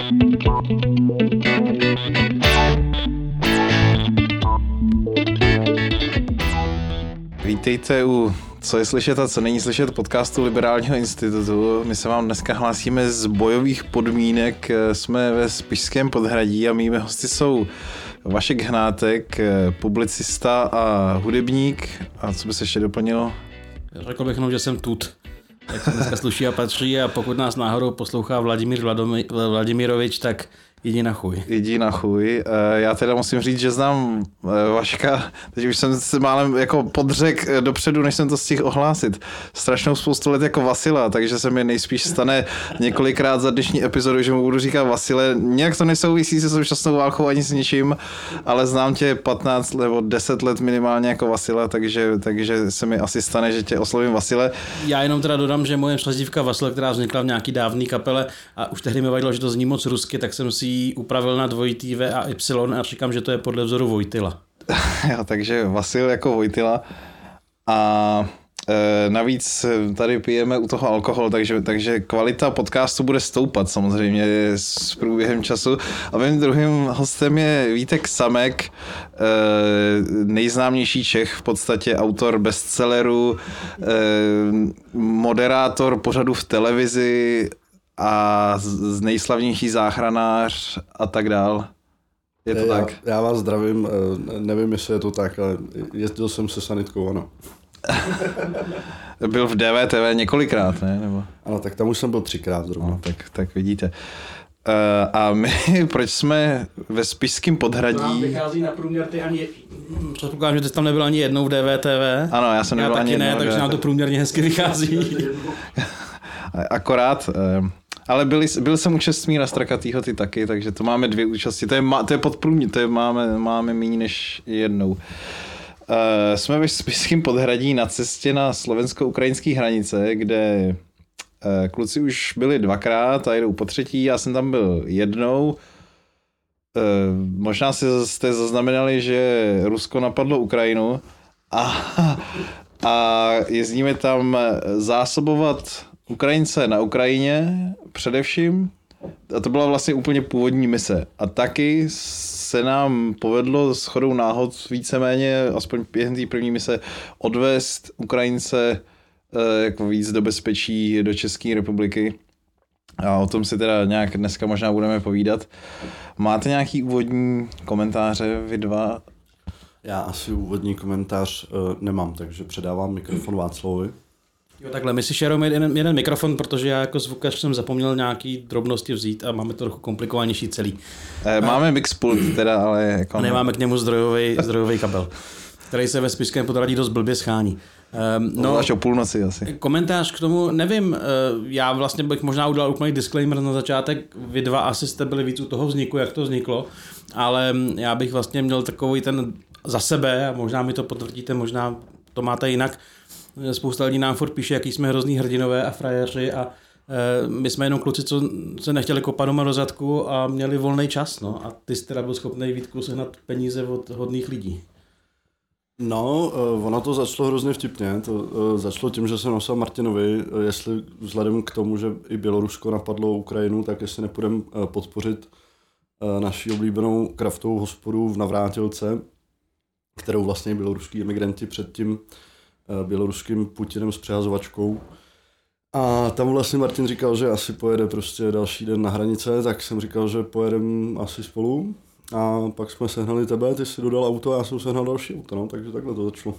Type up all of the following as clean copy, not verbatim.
Vítejte u Co je slyšet a co není slyšet podcastu Liberálního institutu. My se vám dneska hlásíme z bojových podmínek. Jsme ve Spišském podhradí a mými hosty jsou Vašek Hnátek, publicista a hudebník. A co by se ještě doplnilo? Řekl bych že jsem tut. Jak se dneska sluší a patří, a pokud nás náhodou poslouchá Vladimír Vladimirovič, tak jdi na chuj. Jdi na chuj. Já teda musím říct, že znám Vaška, teď už jsem se málem jako podřek dopředu, než jsem to stihl ohlásit. Strašnou spoustu let jako Vasila, takže se mi nejspíš stane několikrát za dnešní epizodu, že mu budu říkat Vasile. Nějak to nesouvisí se současnou válkou ani s ničím, ale znám tě 15 nebo 10 let minimálně jako Vasila, takže se mi asi stane, že tě oslovím Vasile. Já jenom teda dodám, že moje přezdívka Vasil, která vznikla v nějaký dávný kapele a už tehdy mi vadilo, že to zní moc rusky, tak jsem si ji upravil na dvojitý V a Y a říkám, že to je podle vzoru Vojtila. Jo, takže Vasil jako Vojtila. A navíc tady pijeme u toho alkohol, takže kvalita podcastu bude stoupat samozřejmě s průběhem času. A mým druhým hostem je Vítek Samek, nejznámější Čech, v podstatě autor bestselleru, moderátor pořadu v televizi a z nejslavnější záchranář a tak dál. Je to tak? Já vás zdravím, nevím, jestli je to tak, ale jezdil jsem se sanitkou, ano. Byl v DVTV několikrát, ne? Nebo... Ano, tak tam už jsem byl 3krát zrovna. No, tak vidíte. A my, proč jsme ve Spišském podhradí? Nám vychází na průměr ty ani... Předpokládám, že ty tam nebyl ani jednou v DVTV. Ano, já jsem nebyl ani jednou. Já taky ne, takže nám to průměrně hezky vychází. Akorát... Ale byl jsem u Čestmíra Strakatýho, ty taky, takže to máme 2 účasti. To je podprůměr, to je máme méně než jednou. Jsme ve Spišském podhradí na cestě na slovensko-ukrajinské hranice, kde kluci už byli 2krát a jedou po 3. Já jsem tam byl jednou. Možná jste zaznamenali, že Rusko napadlo Ukrajinu a jezdíme tam zásobovat Ukrajince na Ukrajině především. A to byla vlastně úplně původní mise. A taky se nám povedlo shodou náhod víceméně, aspoň během té první mise, odvést Ukrajince jako víc do bezpečí do České republiky. A o tom si teda nějak dneska možná budeme povídat. Máte nějaký úvodní komentáře, vy dva? Já asi úvodní komentář nemám, takže předávám mikrofon Václavovi. Jo, takhle, my si šerujeme jeden mikrofon, protože já jako zvukař jsem zapomněl nějaký drobnosti vzít a máme to trochu komplikovanější celý. Máme mixpult teda, ale... Jako a nemáme k němu zdrojový kabel, který se ve Spišském podhradí dost blbě schání. No, až o půlnoci asi. Komentář k tomu, nevím, já vlastně bych možná udělal úplný disclaimer na začátek, vy dva asi jste byli víc u toho vzniku, jak to vzniklo, ale já bych vlastně měl takový ten za sebe, a možná mi to potvrdíte, možná to máte jinak. Spousta lidí nám furt píše, jaký jsme hrozný hrdinové a frajeři a my jsme jenom kluci, co se nechtěli kopat doma do zadku a měli volný čas, no, a ty jsi teda byl schopný, Vítku, sehnat peníze od hodných lidí. No, ono to začalo hrozně vtipně, to začalo tím, že jsem napsal Martinovi, jestli vzhledem k tomu, že i Bělorusko napadlo Ukrajinu, tak jestli nepůjdeme podpořit naši oblíbenou kraftovou hospodu v Navrátilce, kterou vlastně běloruský emigranti před tím běloruským Putinem s přehazovačkou. A tam vlastně Martin říkal, že asi pojede prostě další den na hranice, tak jsem říkal, že pojedem asi spolu. A pak jsme sehnali tebe, ty jsi dodal auto a já jsem sehnal další auto, no, takže takhle to začalo.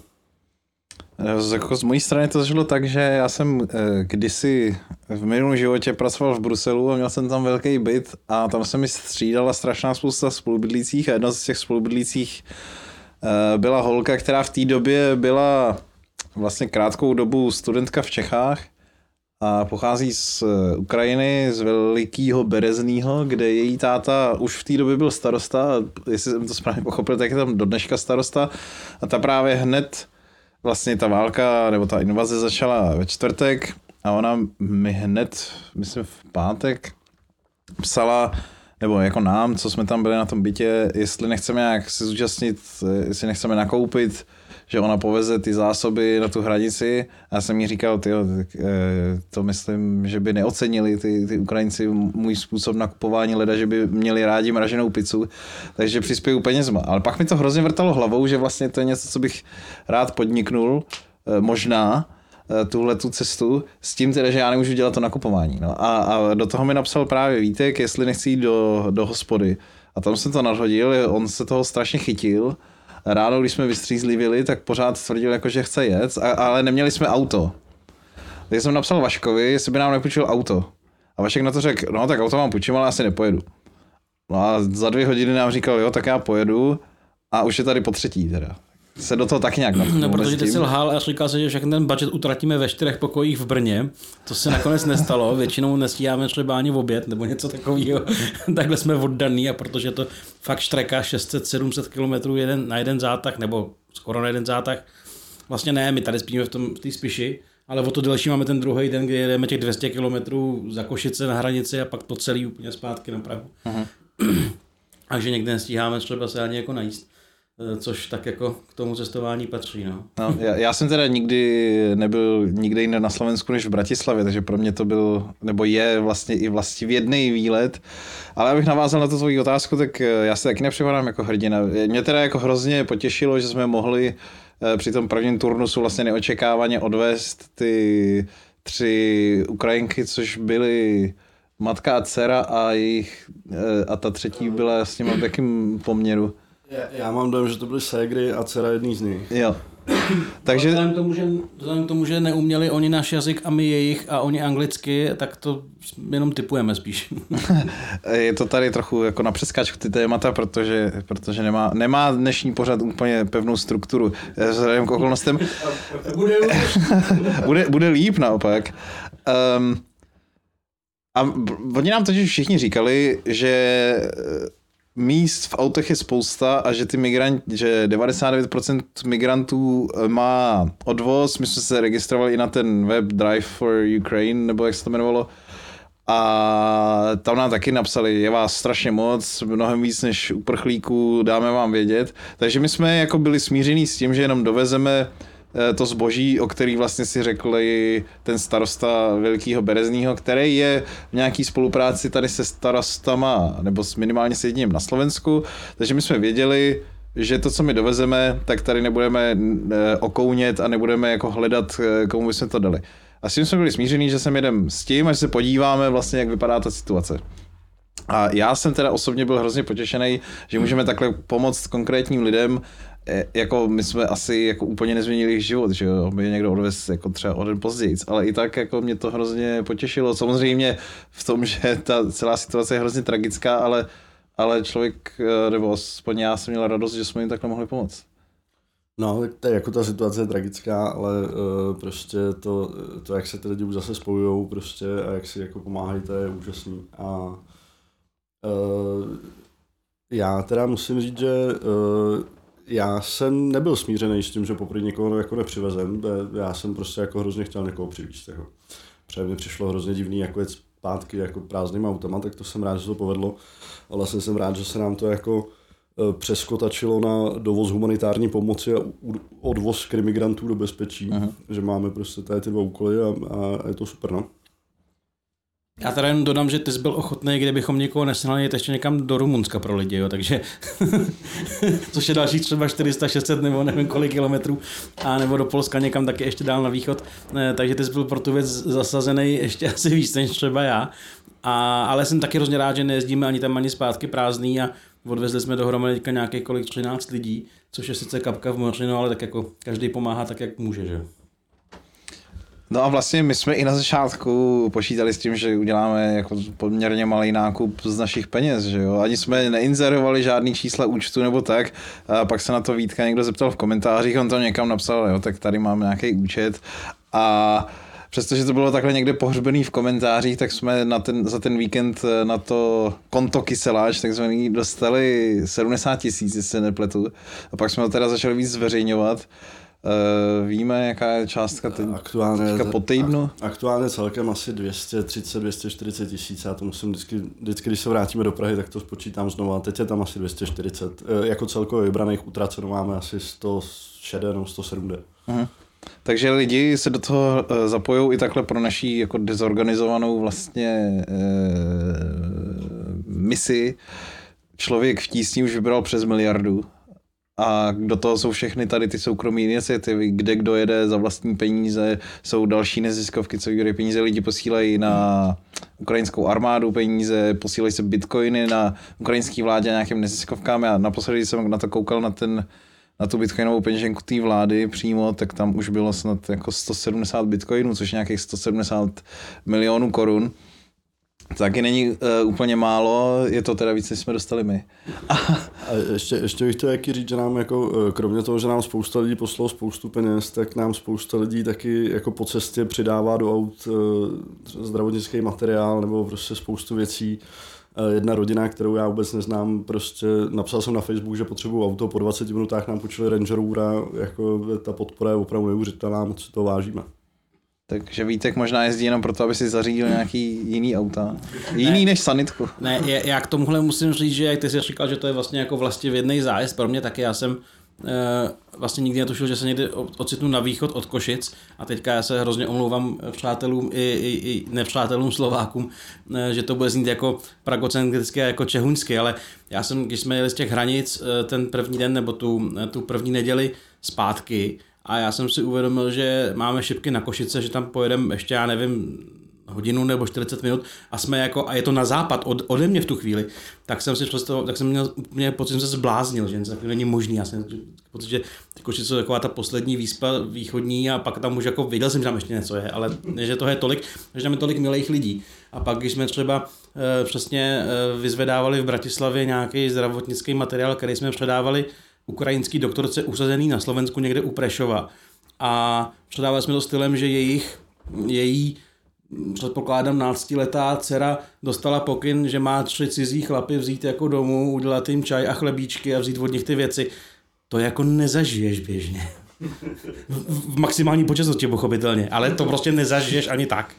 Jako z mojí strany to začalo tak, že já jsem kdysi v minulém životě pracoval v Bruselu a měl jsem tam velký byt a tam se mi střídala strašná spousta spolubydlících a jedna z těch spolubydlících byla holka, která v té době byla vlastně krátkou dobu studentka v Čechách a pochází z Ukrajiny, z Velikýho Bereznýho, kde její táta už v té době byl starosta, jestli jsem to správně pochopil, tak je tam do dneška starosta a ta právě hned vlastně ta válka nebo ta invaze začala ve čtvrtek a ona mi hned, myslím v pátek, psala, nebo jako nám, co jsme tam byli na tom bytě, jestli nechceme nějak se zúčastnit, jestli nechceme nakoupit, že ona poveze ty zásoby na tu hranici. A já jsem jí říkal, to myslím, že by neocenili ty Ukrajinci můj způsob nakupování leda, že by měli rádi mraženou pizzu, takže přispěju penězma. Ale pak mi to hrozně vrtalo hlavou, že vlastně to je něco, co bych rád podniknul, možná, tu cestu, s tím teda, že já nemůžu dělat to nakupování. No. A do toho mi napsal právě Vítek, jestli nechci jít do hospody. A tam jsem to nadhodil, on se toho strašně chytil. Ráno, když jsme vystřízlivili, tak pořád tvrdil, jako, že chce jet, ale neměli jsme auto. Takže jsem napsal Vaškovi, jestli by nám nepůjčil auto. A Vašek na to řekl, no tak auto vám půjčím, ale asi nepojedu. No a za 2 hodiny nám říkal, jo, tak já pojedu a už je tady po 3. teda. Se do toho tak nějak no, protože ty jsi lhal a říkal se, že všechny ten budget utratíme ve 4 pokojích v Brně. To se nakonec nestalo, většinou nestíháme třeba ani v oběd nebo něco takového. Takhle jsme oddaný a protože to fakt štreka 600-700 km na jeden zátah, nebo skoro na jeden zátah. Vlastně ne, my tady spíme v té Spiši, ale o to delší máme ten druhý den, kdy jedeme těch 200 km za Košice na hranici a pak to celý úplně zpátky na Prahu. Takže někde nestíháme třeba se ani jako najíst. Což tak jako k tomu cestování patří. No. No, já jsem teda nikdy nebyl nikde jinde na Slovensku než v Bratislavě, takže pro mě to byl, nebo je vlastně i vlastivědný výlet. Ale abych navázal na tu tvoji otázku, tak já se taky nepřipadám jako hrdina. Mě teda jako hrozně potěšilo, že jsme mohli při tom prvním turnusu vlastně neočekávaně odvést ty 3 Ukrajinky, což byly matka a dcera a ta třetí byla s nimi v jakém poměru. Já mám dojem, že to byly ségry a dcera jedný z nich. Jo. Takže... Vzhledem k tomu, že neuměli oni náš jazyk a my jejich a oni anglicky, tak to jenom tipujeme spíš. Je to tady trochu jako na přeskáčku ty témata, protože nemá dnešní pořad úplně pevnou strukturu. Vzhledem k okolnostem... bude líp naopak. A oni nám totiž všichni říkali, že míst v autech je spousta a že že 99% migrantů má odvoz. My jsme se registrovali i na ten web Drive for Ukraine, nebo jak se to jmenovalo. A tam nám taky napsali, je vás strašně moc, mnohem víc než uprchlíků, dáme vám vědět. Takže my jsme jako byli smíření s tím, že jenom dovezeme to zboží, o který vlastně si řekli ten starosta Velkého Berezního, který je v nějaký spolupráci tady se starostama, nebo minimálně s jedním na Slovensku, takže my jsme věděli, že to, co my dovezeme, tak tady nebudeme okounět a nebudeme jako hledat, komu bychom to dali. A s tím jsme byli smíření, že sem jedem s tím, až se podíváme vlastně, jak vypadá ta situace. A já jsem teda osobně byl hrozně potěšený, že můžeme takhle pomoct konkrétním lidem, jako my jsme asi jako úplně nezměnili jejich život, že jo, by někdo odvez jako třeba o den později, ale i tak jako mě to hrozně potěšilo, samozřejmě v tom, že ta celá situace je hrozně tragická, ale člověk, nebo aspoň já jsem měl radost, že jsme jim takhle mohli pomoct. No, tak to je, jako ta situace je tragická, ale prostě to, jak se ty lidi už zase spojujou prostě a jak si jako pomáhají, to je úžasný. A já teda musím říct, že já jsem nebyl smířený s tím, že poprvé někoho jako nepřivezem. Já jsem prostě jako hrozně chtěl někoho přivízt. Jako. Protože mi přišlo hrozně divný jako jet zpátky jako prázdným automa, tak to jsem rád, že to povedlo. A vlastně jsem rád, že se nám to jako přeskotačilo na dovoz humanitární pomoci a odvoz imigrantů do bezpečí. Aha. Že máme prostě tady ty 2 úkoly a je to super, no. Já teda jen dodám, že ty jsi byl ochotný, kdybychom někoho nesehnali jet ještě někam do Rumunska pro lidi, jo, takže což je dalších třeba 400-600 nebo nevím kolik kilometrů, a nebo do Polska někam taky ještě dál na východ, takže ty jsi byl pro tu věc zasazený ještě asi víc než třeba já, ale jsem taky hrozně rád, že nejezdíme ani tam ani zpátky prázdný a odvezli jsme dohromady teďka nějakých 13 lidí, což je sice kapka v moři, no ale tak jako každý pomáhá tak, jak může, že jo. No a vlastně my jsme i na začátku počítali s tím, že uděláme jako poměrně malý nákup z našich peněz, že jo. Ani jsme neinzerovali žádný čísla účtu nebo tak. A pak se na to Vítka někdo zeptal v komentářích, on to někam napsal, jo, tak tady mám nějaký účet. A přestože to bylo takhle někde pohřbený v komentářích, tak jsme za ten víkend na to konto Kyseláč takzvaný dostali 70 000, jestli se nepletu. A pak jsme to teda začali víc zveřejňovat. Víme, jaká je částka aktuálně po týdnu? Aktuálně celkem asi 230-240 tisíc. Já to musím vždycky, když se vrátíme do Prahy, tak to spočítám znovu. Teď je tam asi 240. Jako celkově vybraných utraceno máme asi 160 nebo 170. Takže lidi se do toho zapojou i takhle pro naší jako dezorganizovanou vlastně misi. Člověk v tísni už vybral přes 1 miliardu. A do toho jsou všechny tady ty soukromé iniciativy, kde kdo jede za vlastní peníze, jsou další neziskovky, co vybrají peníze, lidi posílají na ukrajinskou armádu peníze, posílají se bitcoiny na ukrajinský vládě nějakým neziskovkám. Já naposledy jsem na to koukal na tu bitcoinovou peněženku té vlády přímo, tak tam už bylo snad jako 170 bitcoinů, což je nějakých 170 milionů korun. Taky není úplně málo, je to teda víc, než jsme dostali my. A ještě bych chtěl říct, že nám jako, kromě toho, že nám spousta lidí poslalo spoustu peněz, tak nám spousta lidí taky jako po cestě přidává do aut zdravotnický materiál nebo prostě spoustu věcí. Jedna rodina, kterou já vůbec neznám, prostě napsal jsem na Facebook, že potřebuji auto, po 20 minutách nám půjčili Range Rovera, jako ta podpora je opravdu neuvěřitelná, moc si to vážíme. Takže Vítek možná jezdí jenom proto, aby si zařídil nějaký jiný auta. Jiný než sanitku. Ne, já k tomuhle musím říct, že jak ty jsi říkal, že to je vlastně jako vlastivědnej zájezd, pro mě taky. Já jsem vlastně nikdy netušil, že se někdy ocitnu na východ od Košic a teďka já se hrozně omlouvám přátelům i nepřátelům Slovákům, že to bude znít jako pragocentrické, jako čehuňsky, ale já jsem, když jsme jeli z těch hranic ten první den nebo tu první neděli zpátky, a já jsem si uvědomil, že máme šipky na Košice, že tam pojedeme ještě, já nevím, hodinu nebo 40 minut a jsme jako, a je to na západ ode mě v tu chvíli, tak jsem měl pocit, že jsem se zbláznil, že to není možný. Já jsem pocit, že ty Košice jsou taková ta poslední výspa východní a pak tam už jako viděl jsem, že tam ještě něco je, ale ne, že toho je tolik, že tam je tolik milých lidí. A pak, když jsme třeba přesně vyzvedávali v Bratislavě nějaký zdravotnický materiál, který jsme předávali ukrajinský doktorce usazený na Slovensku někde u Prešova. A předávali jsme to stylem, že její předpokládám 12letá dcera dostala pokyn, že má 3 cizí chlapy vzít jako domů, udělat jim čaj a chlebíčky a vzít od nich ty věci. To jako nezažiješ běžně. V maximální počasnosti pochopitelně, ale to prostě nezažiješ ani tak.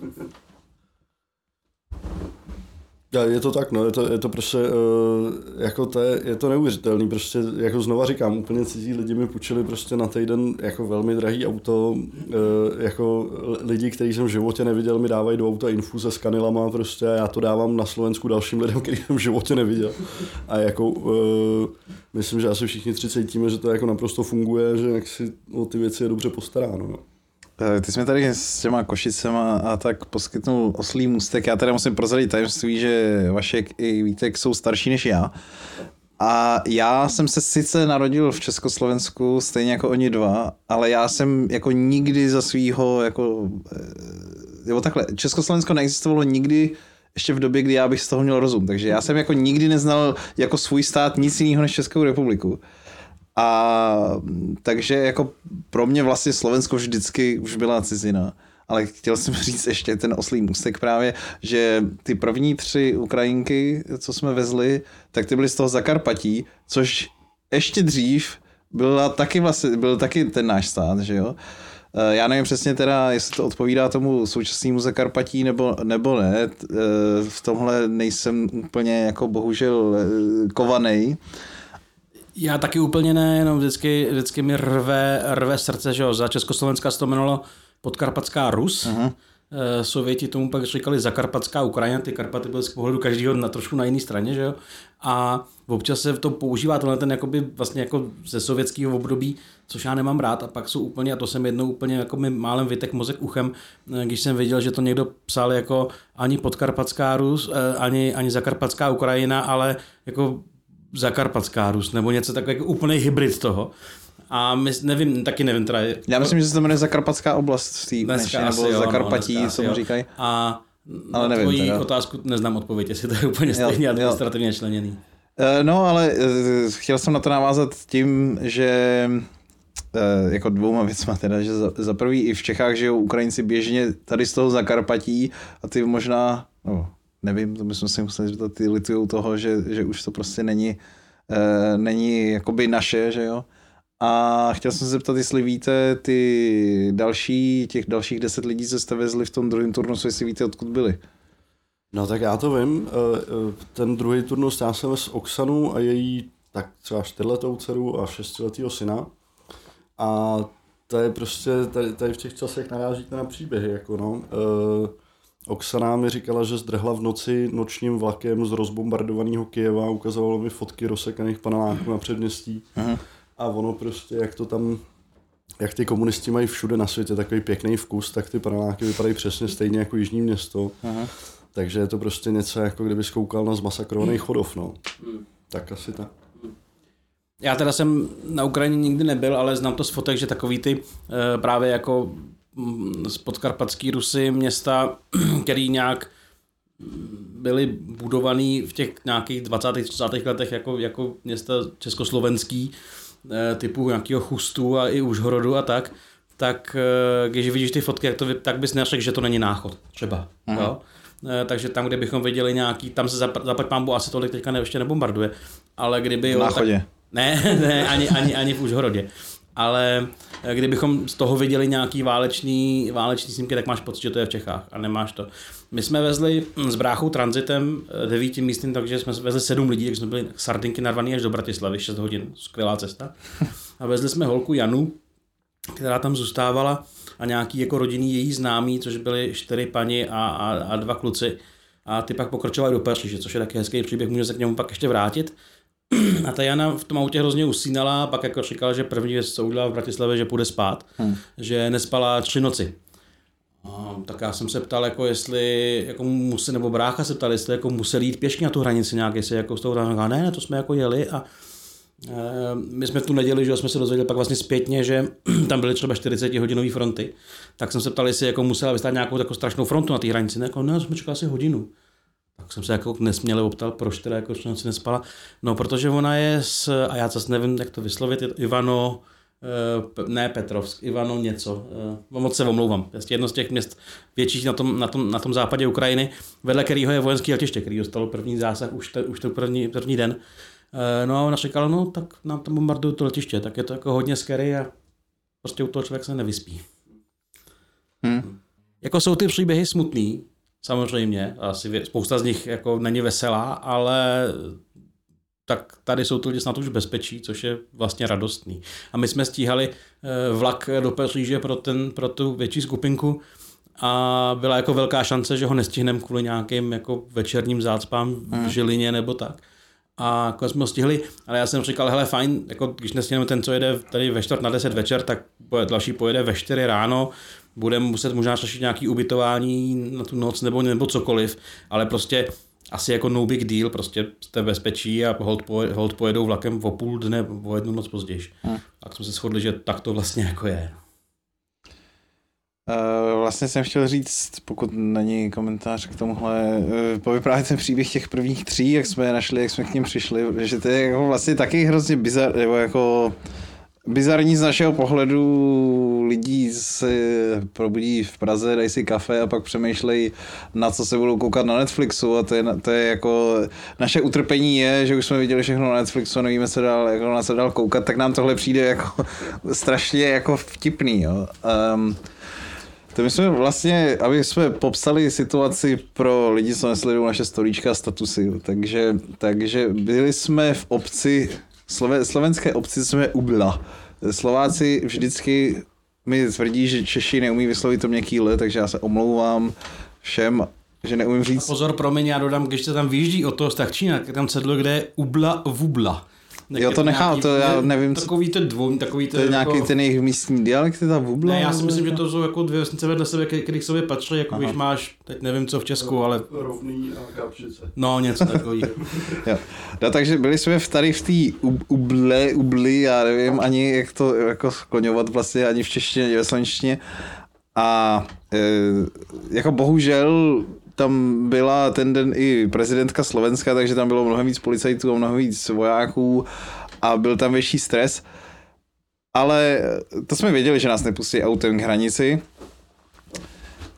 Je to tak, no, je to prostě, jako je to neuvěřitelný, prostě, jako znova říkám, úplně cizí lidi mi půjčili prostě na týden jako velmi drahý auto, jako lidi, kteří jsem v životě neviděl, mi dávají do auta infuze s kanilama prostě a já to dávám na Slovensku dalším lidem, který jsem v životě neviděl. A jako, myslím, že asi všichni 3 cítíme, že to jako naprosto funguje, že jak si o ty věci je dobře postaráno, no. Ty jsi mi tady s těma Košicema a tak poskytnul oslý můstek. Já tady musím prozradit tajemství, že Vašek i Vítek jsou starší než já. A já jsem se sice narodil v Československu, stejně jako oni dva, ale já jsem jako nikdy za svýho, jako takhle, Československo neexistovalo nikdy ještě v době, kdy já bych z toho měl rozum. Takže já jsem jako nikdy neznal jako svůj stát nic jiného než Českou republiku. A takže jako pro mě vlastně Slovensko vždycky už byla cizina. Ale chtěl jsem říct ještě ten oslý můstek právě, že ty první 3 Ukrajinky, co jsme vezli, tak ty byly z toho Zakarpatí, což ještě dřív byl taky ten náš stát, že jo. Já nevím přesně teda, jestli to odpovídá tomu současnému Zakarpatí nebo ne. V tomhle nejsem úplně jako bohužel kovanej. Já taky úplně ne, jenom vždycky mi rve srdce, že jo, za Československa se to jmenovalo Podkarpatská Rus. Uh-huh. Sověti tomu pak říkali Zakarpatská Ukrajina, ty Karpaty byly z pohledu každého trošku na jiné straně, že jo. A občas se to používá ten jakoby vlastně jako ze sovětského období, což já nemám rád, a pak jsou úplně, a to jsem jednou úplně jako mi málem vytek mozek uchem, když jsem viděl, že to někdo psal jako ani Podkarpatská Rus, ani Zakarpatská Ukrajina, ale jako Zakarpatská Rus, nebo něco takového, jako úplný hybrid toho. A taky nevím teda. Já myslím, že se to jmenuje Zakarpatská oblast v té dnešní, nebo Zakarpatí, co mu říkají. Ale nevím tvojí teda. Otázku neznám odpověď, jestli to je úplně stejně administrativně členěný. No, ale chtěl jsem na to navázat tím, že jako 2 věcma teda, že za prvý i v Čechách žijou Ukrajinci běžně tady z toho Zakarpatí a ty možná, nevím, to bychom si museli říct, ty litujou toho, že už to prostě není jakoby naše, že jo. A chtěl jsem se zeptat, jestli víte těch dalších 10 lidí, co jste vezli v tom druhém turnusu, jestli víte, odkud byli. No tak já to vím. Ten druhý turnus já jsem vezl Oksanu a její tak třeba 4letou dceru a 6letýho syna. A to je prostě, tady v těch časech narážíte na příběhy. Jako no. Oksana mi říkala, že zdrhla v noci nočním vlakem z rozbombardovaného Kyjeva, ukazovalo mi fotky rozsekaných paneláků na předměstí. Aha. A ono prostě, jak ty komunisti mají všude na světě takový pěkný vkus, tak ty paneláky vypadají přesně stejně jako Jižní Město. Aha. Takže je to prostě něco, jako kdyby zkoukal na zmasakrovaný Chodov, no. Tak asi tak. Já teda jsem na Ukrajině nikdy nebyl, ale znám to z fotek, že takový ty právě jako podkarpatský Rusy, města, který nějak byly budovaný v těch nějakých 20. 30. letech jako města československý, typu nějakého Chustu a i Užhorodu a tak když vidíš ty fotky, tak bys neřekl, že to není Náchod, třeba. Jo? Takže tam, kde bychom viděli nějaký, tam se zaplať pánbu asi tolik teďka ještě nebombarduje, ale kdyby... V Náchodě. Tak, ne, ani v Užhorodě. Ale kdybychom z toho viděli nějaký váleční snímky, tak máš pocit, že to je v Čechách a nemáš to. My jsme vezli s bráchou transitem 9 místním, takže jsme vezli 7 lidí, takže jsme byli sardinky narvaný až do Bratislavy, 6 hodin, skvělá cesta. A vezli jsme holku Janu, která tam zůstávala a nějaký jako rodinný její známí, což byly 4 paní a 2 kluci. A ty pak pokračovali do Paříže, což je taky hezký příběh, může se k němu pak ještě vrátit. A ta Jana v tom autě hrozně usínala, pak jako říkala, že první věc, co udělala v Bratislavě, že půjde spát, že nespala 3 noci. Tak já jsem se ptal, jako jestli jako nebo brácha se ptal, jestli jako museli jít pěšky na tu hranici nějak, jestli jako s tou hranicí, ne, to jsme jako jeli a my jsme tu neděli, že jsme se dozvěděli pak vlastně zpětně, že tam byly třeba 40-hodinové fronty, tak jsem se ptal, jestli jako musela vystát nějakou takovou strašnou frontu na té hranici, ne, jako, ne, jsme čekali asi hodinu. Tak jsem se jako nesměle optal, proč teda jako noci nespala. No, protože ona je a já zase nevím, jak to vyslovit, Ivano, ne Petrovsk, Ivano něco, moc se omlouvám. Vlastně jedno z těch měst větších na tom západě Ukrajiny, vedle kterého je vojenský letiště, který dostalo první zásah už to první den. No a ona říkala, no tak nám tam bombardují to letiště, tak je to jako hodně scary a prostě u toho člověk se nevyspí. Jako jsou ty příběhy smutný, samozřejmě, asi spousta z nich jako není veselá, ale tak tady jsou to lidi snad už v bezpečí, což je vlastně radostný. A my jsme stíhali vlak do Paříže pro tu větší skupinku a byla jako velká šance, že ho nestihneme kvůli nějakým jako večerním zácpám v Žilině nebo tak. A jako jsme ho stihli, ale já jsem říkal, hele fajn, jako když nestihneme ten, co jede tady ve 9:45 večer, tak další pojede ve 4 ráno, budeme muset možná řešit nějaké ubytování na tu noc nebo cokoliv, ale prostě asi jako no big deal, prostě jste v bezpečí a hold pojedou vlakem o půl dne, o 1 noc později. Tak jsme se shodli, že tak to vlastně jako je. Vlastně jsem chtěl říct, pokud není komentář k tomuhle, povyprávět ten příběh těch prvních 3, jak jsme je našli, jak jsme k ním přišli, že to je jako vlastně taky hrozně bizarní z našeho pohledu. Lidí se probudí v Praze, dají si kafe a pak přemýšlejí, na co se budou koukat na Netflixu, a to je jako naše utrpení je, že už jsme viděli všechno na Netflixu a nevíme na co dál koukat, tak nám tohle přijde jako strašně jako vtipný, jo. To my jsme vlastně, aby jsme popsali situaci pro lidi, co nesledují naše storíčka a statusy, takže byli jsme v obci, slovenské obci jsme Ubla. Slováci vždycky mi tvrdí, že Češi neumí vyslovit to měkký L, takže já se omlouvám všem, že neumím říct. Pozor, promiň, já dodám, když se tam vyjíždí od toho Stachčína, tam sedlo, kde je Ubla Vubla. Jo, to nechám, to já nevím. Takový to je nějaký ten jejich místní dialekt, ta Vubla? Ne, já si myslím, že to jsou jako 2 vesnice vedle sebe, který k sobě patří, jako když máš, teď nevím co v Česku, ale... Rovný a Kapšice. No, něco takový. Jo. No, takže byli jsme tady v té Ubli, já nevím ani, jak to jako skloňovat vlastně ani v češtině, ani ve slovenštině. A jako bohužel tam byla ten den i prezidentka Slovenska, takže tam bylo mnohem víc policajtů a mnohem víc vojáků a byl tam větší stres. Ale to jsme věděli, že nás nepustí autem k hranici.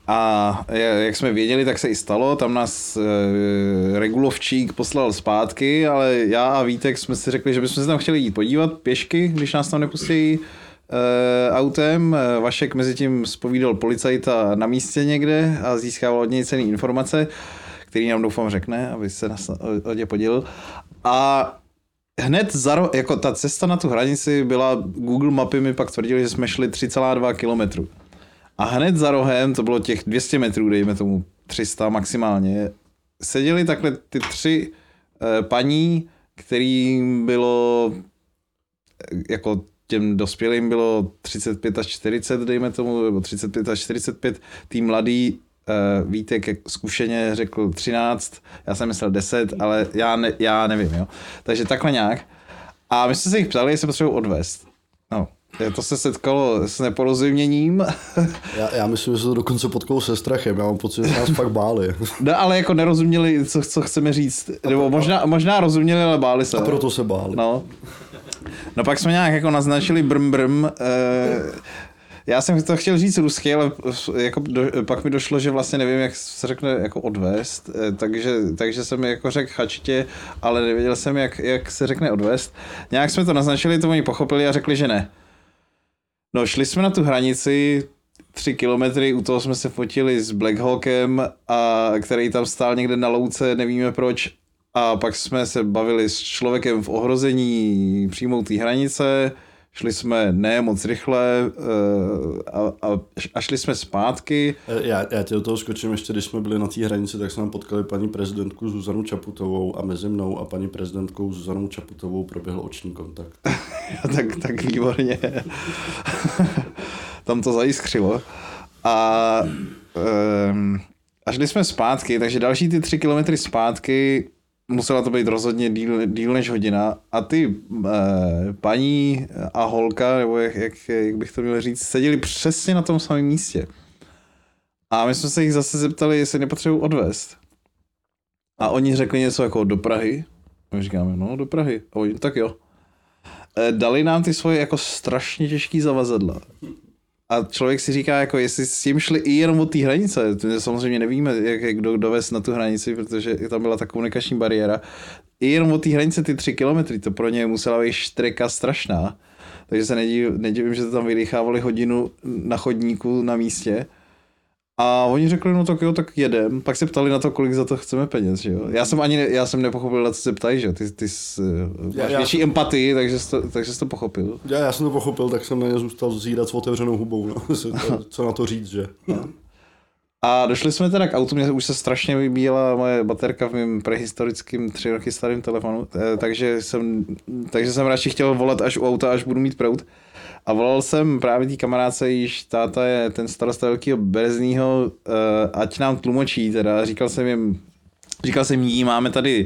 A jak jsme věděli, tak se i stalo, tam nás regulovčík poslal zpátky, ale já a Vítek jsme si řekli, že bychom se tam chtěli jít podívat pěšky, když nás tam nepustí autem. Vašek mezi tím zpovídal policajta na místě někde a získával od něj cenné informace, který nám doufám řekne, aby se nás o ně podělil. A hned jako ta cesta na tu hranici byla, Google mapy mi pak tvrdili, že jsme šli 3,2 kilometru. A hned za rohem, to bylo těch 200 metrů, dejme tomu 300 maximálně, seděli takhle ty 3 paní, kterým bylo, jako těm dospělým bylo 35 až 40, dejme tomu, nebo 35 až 45, tý mladý Vítek zkušeně řekl 13, já jsem myslel 10, ale já nevím, jo. Takže takhle nějak. A my jsme se jich ptali, jestli potřebují odvést. No. To se setkalo s neporozuměním. Já myslím, že se to dokonce potkalo se strachem. Já mám pocit, že nás fakt báli. No, ale jako nerozuměli, co chceme říct. Nebo možná rozuměli, ale báli se. A proto se báli. No pak jsme nějak jako naznačili brm. Já jsem to chtěl říct rusky, ale jako pak mi došlo, že vlastně nevím, jak se řekne jako odvést, takže jsem jako řekl chačitě, ale nevěděl jsem, jak se řekne odvést. Nějak jsme to naznačili, to oni pochopili a řekli, že ne. No, šli jsme na tu hranici 3 kilometry, u toho jsme se fotili s Black Hawkem, který tam stál někde na louce, nevíme proč. A pak jsme se bavili s člověkem v ohrození přijmout té hranice. Šli jsme ne moc rychle a šli jsme zpátky. Já tě do toho skočím, ještě když jsme byli na té hranici, tak jsme potkali paní prezidentku Zuzanu Čaputovou a mezi mnou a paní prezidentkou Zuzanou Čaputovou proběhl oční kontakt. tak výborně. Tam to zajiskřilo. A šli jsme zpátky, takže další ty 3 kilometry zpátky musela to být rozhodně díl než hodina a ty paní a holka, nebo jak bych to měl říct, seděli přesně na tom samém místě. A my jsme se jich zase zeptali, jestli nepotřebují odvést. A oni řekli něco jako do Prahy. A my říkáme, no do Prahy. A oni, tak jo. Dali nám ty svoje jako strašně těžký zavazadla. A člověk si říká, jako jestli s tím šli i jenom od té hranice. Samozřejmě nevíme, jak kdo dovez na tu hranici, protože tam byla ta komunikační bariéra. I jenom od té hranice ty 3 kilometry, to pro ně musela být štreka strašná. Takže se nedivím, že to tam vydýchávali hodinu na chodníku na místě. A oni řekli, no tak jo, tak jedem. Pak se ptali na to, kolik za to chceme peněz, že jo. Já jsem nepochopil, na co se ptají, že jo. Ty máš větší empatii, takže jsi to pochopil. Já jsem to pochopil, tak jsem na ně zůstal zírat s otevřenou hubou, no. Co na to říct, že? A došli jsme teda k autu, mě už se strašně vybíjela moje baterka v mém prehistorickém 3 roky starým telefonu, takže jsem radši chtěl volat až u auta, až budu mít proud. A volal jsem právě té kamarádce, již táta je ten starosta Velkého Bereznýho, ať nám tlumočí teda. Říkal jsem jí, máme tady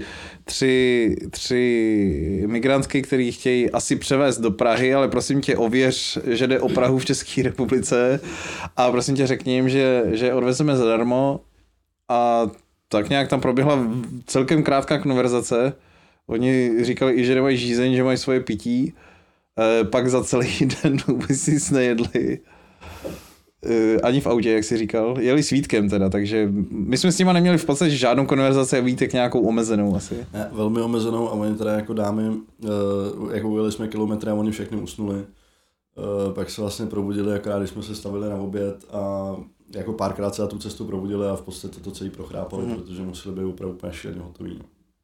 tři migrantky, který chtějí asi převést do Prahy, ale prosím tě ověř, že jde o Prahu v České republice a prosím tě řekni jim, že odvezeme zadarmo a tak nějak tam proběhla celkem krátká konverzace. Oni říkali i, že nemají žízeň, že mají svoje pití. Pak za celý den vůbec nic nejedli. Ani v autě, jak jsi říkal. Jeli s Vítkem teda, takže my jsme s nima neměli v podstatě žádnou konverzaci a Vítek nějakou omezenou asi. Ne, velmi omezenou a oni teda jako dámy, jako ujeli jsme kilometry a oni všechny usnuli. Pak se vlastně probudili, akorát když jsme se stavili na oběd a jako párkrát se na tu cestu probudili a v podstatě to celý prochrápali, protože museli být opravdu úplně šíleně hotový.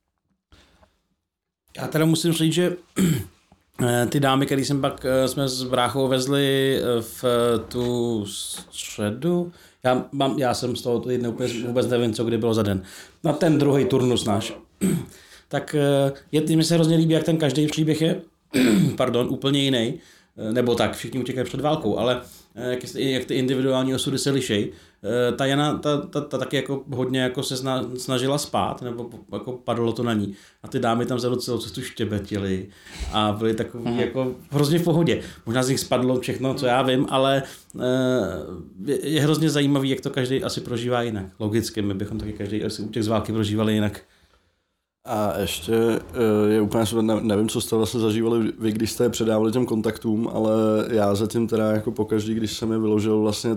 Já teda musím říct, že ty dámy, který jsme s bráchou vezli v tu středu, já jsem z toho jednou vůbec nevím, co kdy bylo za den, na ten druhý turnus náš, tak mi se hrozně líbí, jak ten každý příběh je, úplně jiný, nebo tak, všichni utěkají před válkou, ale jak ty individuální osudy se lišej. Ta Jana, ta taky jako hodně jako se snažila spát, nebo jako padlo to na ní. A ty dámy tam za celou cestu štěbetily a byly takový jako hrozně v pohodě. Možná z nich spadlo všechno, co já vím, ale je hrozně zajímavý, jak to každý asi prožívá jinak. Logicky, my bychom taky každý asi útěk z války prožívali jinak. A ještě je úplně, nevím, co jste vlastně zažívali vy, když jste předávali těm kontaktům, ale já zatím teda jako pokaždý, když jsem je vyložil vlastně, tak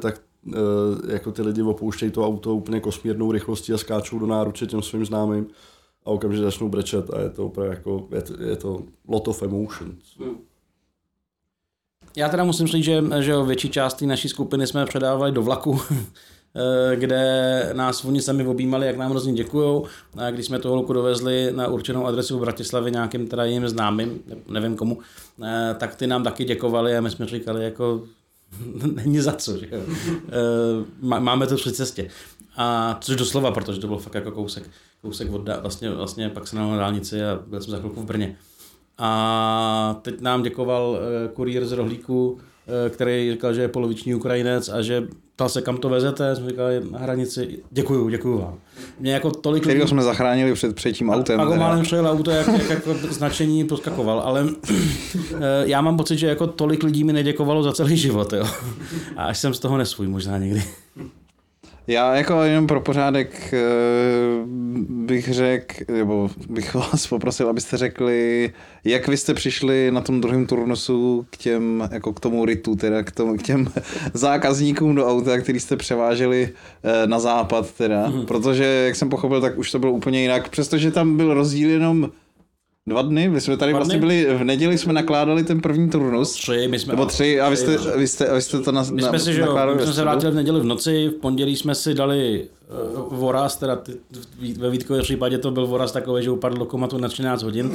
jako ty lidi opouštějí to auto úplně kosmírnou rychlostí a skáčou do náruče těm svým známým a okamžitě začnou brečet a je to opravdu jako, je to lot of emotions. Já teda musím říct, že větší část té naší skupiny jsme předávali do vlaku, kde nás oni sami objímali, jak nám hrozně děkujou. A když jsme toho holku dovezli na určenou adresu v Bratislavě nějakým teda jiným známým, nevím komu, tak ty nám taky děkovali a my jsme říkali jako není za co, že máme to při cestě. A což doslova, protože to bylo fakt jako kousek od vlastně pak se na dálnici a byl jsem za chvilku v Brně. A teď nám děkoval kurýr z Rohlíku, který říkal, že je poloviční Ukrajinec a že ptal se, kam to vezete, jsme říkali na hranici, děkuju vám. Mě jako tolik kterého jsme zachránili před tím autem. Pak ho málem přejel auto, jak jako značení poskakoval, ale já mám pocit, že jako tolik lidí mi neděkovalo za celý život, jo. A až jsem z toho nesvůj možná někdy. Já jako jenom pro pořádek bych řekl, nebo bych vás poprosil, abyste řekli, jak vy jste přišli na tom druhém turnusu k tomu ritu, teda k těm zákazníkům do auta, který jste převáželi na západ teda, protože jak jsem pochopil, tak už to bylo úplně jinak, přestože tam byl rozdíl jenom 2 dny, my jsme tady vlastně byli, v neděli jsme nakládali ten první turnus. 3, my jsme... Nebo 3 a vy jste to my jsme si, že my jsme se vrátili v neděli v noci, v pondělí jsme si dali voraz, teda ve Vítkově případě to byl voraz takový, že upadl do komatu na 13 hodin.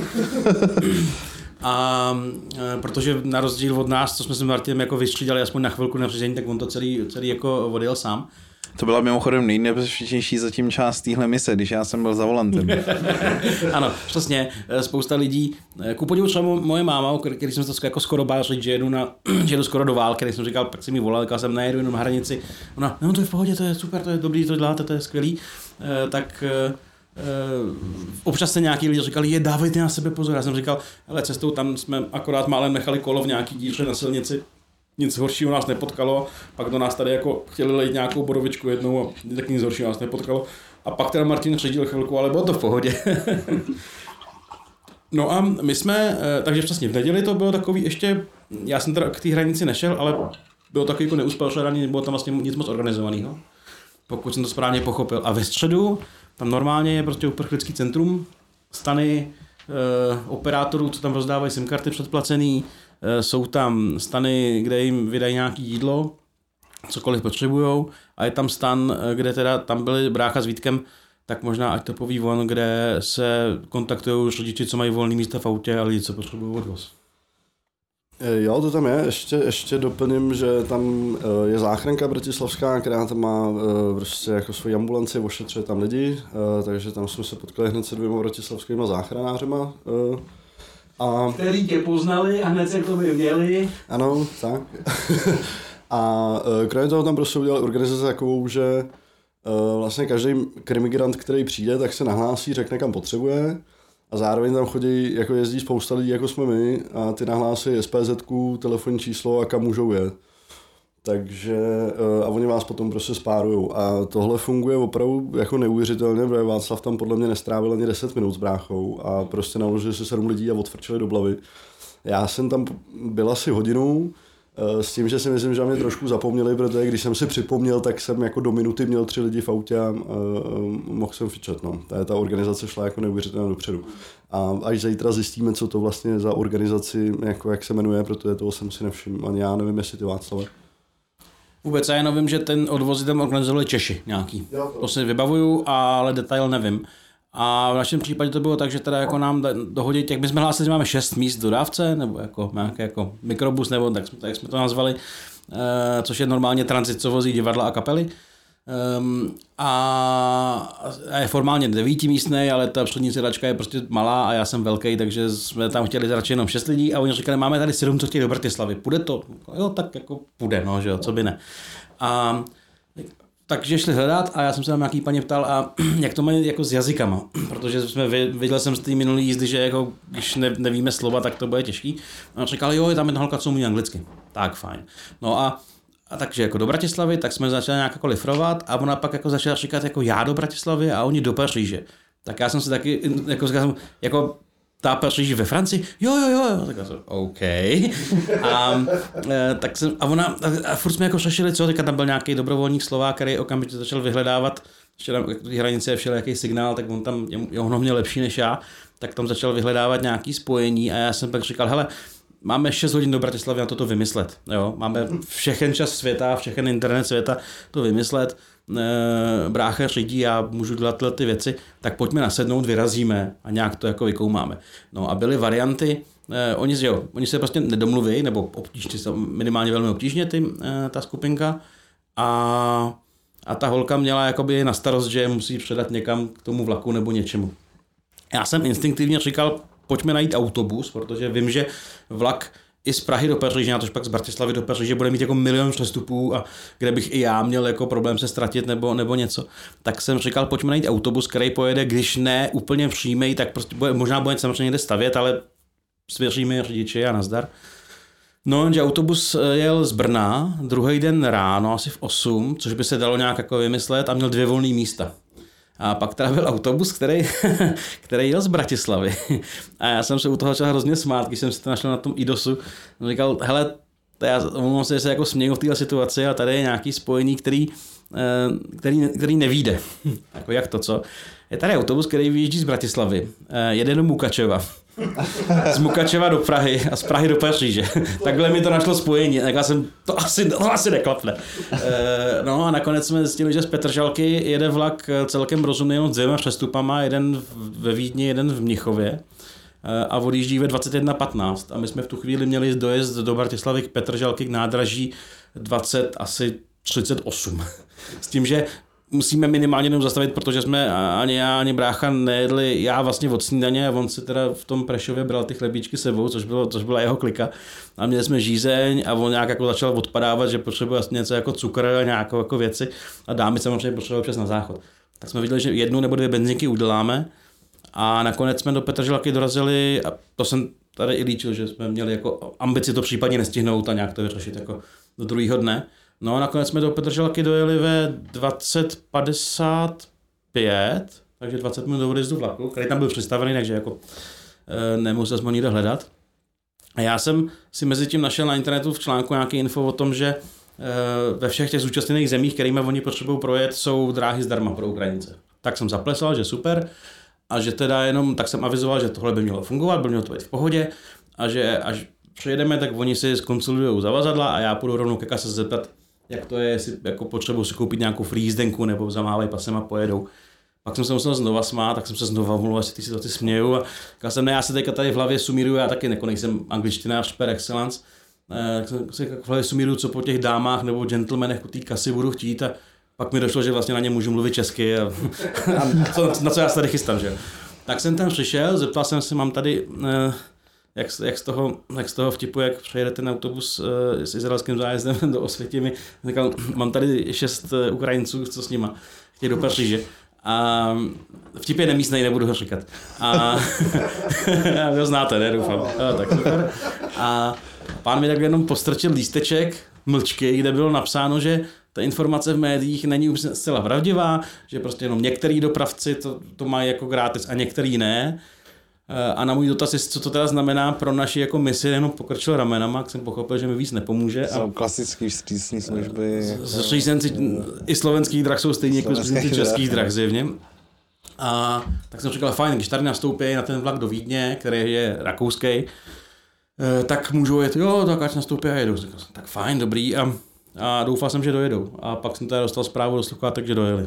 A protože na rozdíl od nás, co jsme s Martinem jako vystřídali aspoň na chvilku na řízení, tak on to celý jako odjel sám. To byla mimochodem nejnebezpečnější zatím část téhle mise, když já jsem byl za volantem. Ano, přesně. Spousta lidí, ku podivu třeba moje máma, který jsem to jako skoro bál říct, že jedu skoro do války, když jsem říkal, pak si mi volal, říkal jsem, nejedu jenom na hranici. Ona, no to je v pohodě, to je super, to je dobrý, to děláte, to je skvělý. Tak občas se nějaký lidi říkali, dávejte na sebe pozor. Já jsem říkal, hele, cestou tam jsme akorát málem nechali kolo v nějaký díře na silnici. Nic horšího nás nepotkalo, pak do nás tady jako chtěli lejt nějakou borovičku jednou a tak nic horšího nás nepotkalo. A pak teda Martin řídil chvilku, ale bylo to v pohodě. No a my jsme, takže přesně v neděli to bylo takový ještě, já jsem teda k té hranici nešel, ale bylo takový jako neuspěchaný, nebylo tam vlastně nic moc organizovaného, pokud jsem to správně pochopil. A ve středu tam normálně je prostě uprchlický centrum, stany operátorů, co tam rozdávají SIM karty předplacený, jsou tam stany, kde jim vydají nějaké jídlo, cokoliv potřebujou a je tam stan, kde teda tam byli brácha s Vítkem, tak možná ať to poví on, kde se kontaktují řidiči, co mají volné místa v autě a lidi, co potřebují odvoz. Jo, to tam je. Ještě doplním, že tam je záchranka bratislavská, která tam má prostě jako svoji ambulanci, ošetřuje tam lidi, takže tam jsme se potkali hned se 2 bratislavskými záchranářema. Který tě poznali a hned se k tomu měli. Ano, tak. A kromě toho tam prostě udělali organizaci takovou, že vlastně každý krimigrant, který přijde, tak se nahlásí, řekne, kam potřebuje a zároveň tam chodí, jako jezdí spousta lidí, jako jsme my a ty nahlásí SPZ-ku, telefonní číslo a kam můžou jet. Takže a oni vás potom prostě spárujou a tohle funguje opravdu jako neuvěřitelně, protože Václav tam podle mě nestrávil ani 10 minut s bráchou a prostě naložili se 7 lidí a odfrčili do Blavy. Já jsem tam byl asi hodinu s tím, že si myslím, že mě trošku zapomněli, protože když jsem si připomněl, tak jsem jako do minuty měl 3 lidi v autě a mohl jsem fičet. No. Ta organizace šla jako neuvěřitelně dopředu. A až zítra zjistíme, co to vlastně za organizaci, jako jak se jmenuje, protože toho jsem si nevšiml. Ani já nevím, jestli ty Václave. Vůbec, já jenom vím, že ten odvoz tam organizovali Češi nějaký. To si vybavuju, ale detail nevím. A v našem případě to bylo tak, že teda jako nám dohodí těch, my jsme hlásili, že máme 6 míst v dodávce, nebo jako nějaký jako mikrobus, nebo tak jsme to nazvali, což je normálně transit, co vozí divadla a kapely. A je formálně 9místnej, ale ta přední sedačka je prostě malá a já jsem velký, takže jsme tam chtěli radši jenom 6 lidí a oni říkali, máme tady 7, co chtějí do Bratislavy, půjde to? Jo, tak jako půjde, no, že jo, co by ne. A takže šli hledat a já jsem se tam nějaký paní ptal, a jak to mají jako s jazykama, protože viděl jsem z té minulý jízdy, že jako, když nevíme slova, tak to bude těžký. A říkali, jo, je tam jedna holka, co umí anglicky. Tak, fajn. No a takže jako do Bratislavy, tak jsme začali nějak jako lifrovat a ona pak jako začala říkat jako já do Bratislavy a oni do Paříže. Tak já jsem si taky jako říkal, jako ta Paříž ve Francii? Jo. Tak já jsem, OK. A furt jsme jako řešili, co, teďka tam byl nějaký dobrovolník Slovák, který okamžitě začal vyhledávat, ještě tam hranice je všelijaký signál, tak on tam, ono měl lepší než já, tak tam začal vyhledávat nějaký spojení a já jsem pak říkal, hele, máme 6 hodin do Bratislavy na toto vymyslet. Jo? Máme všechen čas světa, všechen internet světa to vymyslet. Brácha řídí, já můžu dělat tyhle ty věci, tak pojďme nasednout, vyrazíme a nějak to jako vykoumáme. No a byly varianty, oni se prostě nedomluví, nebo obtížně, minimálně velmi obtížně ta skupinka a ta holka měla jakoby na starost, že musí předat někam k tomu vlaku nebo něčemu. Já jsem instinktivně říkal, pojďme najít autobus, protože vím, že vlak i z Prahy do Paříže, natož pak z Bratislavy do Paříže bude mít jako milion přestupů a kde bych i já měl jako problém se ztratit nebo něco. Tak jsem říkal, pojďme najít autobus, který pojede, když ne úplně přímej, tak prostě možná bude samozřejmě někde stavět, ale svěříme řidiči a nazdar. No, jenže autobus jel z Brna, druhý den ráno, asi v 8, což by se dalo nějak jako vymyslet a měl 2 volné místa. A pak teda byl autobus, který jel z Bratislavy. A já jsem se u toho začal hrozně smát, když jsem si to našel na tom IDOSu. A říkal, hele, omlouvám se, že se jako směju v téhle situaci a tady je nějaký spojení, který nevyjde. Jako jak to, co? Je tady autobus, který vyjíždí z Bratislavy. Jede do Mukačeva. Z Mukačeva do Prahy a z Prahy do Paříže. Takhle mi to našlo spojení. Tak já jsem, to asi neklapne. No a nakonec jsme zjistili, že z Petržalky jede vlak celkem rozumný jenom s 2 přestupama, jeden ve Vídni, jeden v Mnichově a odjíždí ve 21:15 a my jsme v tu chvíli měli dojezd do Bratislavy k Petržalky k nádraží 20:38. S tím, že musíme minimálně jenom zastavit, protože jsme ani já, ani brácha nejedli, já vlastně od snídaně a on si teda v tom Prešově bral ty chlebíčky sebou, což byla jeho klika. A měli jsme žízeň a on nějak jako začal odpadávat, že potřebuje vlastně něco jako cukr a nějakou jako věci a dámy samozřejmě potřebovali přes na záchod. Tak jsme viděli, že 1 nebo 2 benzinky uděláme a nakonec jsme do Petržalky dorazili a to jsem tady i líčil, že jsme měli jako ambici to případně nestihnout a nějak to vyřešit jako do druhého dne. No a nakonec jsme do Petržalky dojeli ve 20:55, takže 20 minut do odjezdu vlaku, který tam byl přistavený, takže jako nemusel jsme nikde hledat. A já jsem si mezi tím našel na internetu v článku nějaký info o tom, že ve všech těch zúčastněných zemích, kterými oni potřebují projet, jsou dráhy zdarma pro Ukrajince. Tak jsem zaplesal, že super, a že teda jenom, tak jsem avizoval, že tohle by mělo fungovat, by mělo to být v pohodě, a že až přejedeme, tak oni si zkonsolidujou zavazadla a já půjdu rovnou ke kase zeptat, jak to je, jestli jako potřebuji si koupit nějakou free jízdenku nebo zamávají pasem a pojedou. Pak jsem se musel znova smát, tak jsem se znova omlouval, jestli ty situaci směju a říkal jsem, ne, já se teďka tady v hlavě sumíruju, já taky nejsem angličtinář per excellence, tak jsem si v hlavě sumíruju, co po těch dámách nebo gentlemanech u té kasy budu chtít a pak mi došlo, že vlastně na ně můžu mluvit česky a na co já se tady chystám, že? Tak jsem tam přišel, zeptal jsem se, mám tady jak z toho vtipu, jak přejede ten autobus s izraelským zájezdem do Osvětimi. Říkal, mám tady 6 Ukrajinců, co s nima, chtějí do Paříže. A vtip je nemístnej, nebudu ho říkat. A vy ho znáte, ne, doufám. Tak super. A pán mi tak jenom postrčil lísteček mlčky, kde bylo napsáno, že ta informace v médiích není zcela pravdivá, že prostě jenom některý dopravci to mají jako gratis a některý ne. A na můj dotaz, co to teda znamená pro naši jako misi, jenom pokrčil ramenama, jak jsem pochopil, že mi víc nepomůže. Jsou klasický vstřícní služby. Řízenci i slovenských drah jsou stejně jako řízenci českých drah zjevně. A tak jsem říkal, fajn, když tady nastoupí na ten vlak do Vídně, který je rakouský, tak můžu jet, jo, tak ať nastoupí a jedu. Tak fajn, dobrý. A doufal jsem, že dojedou. A pak jsem teda dostal zprávu do sluchátek, že dojeli.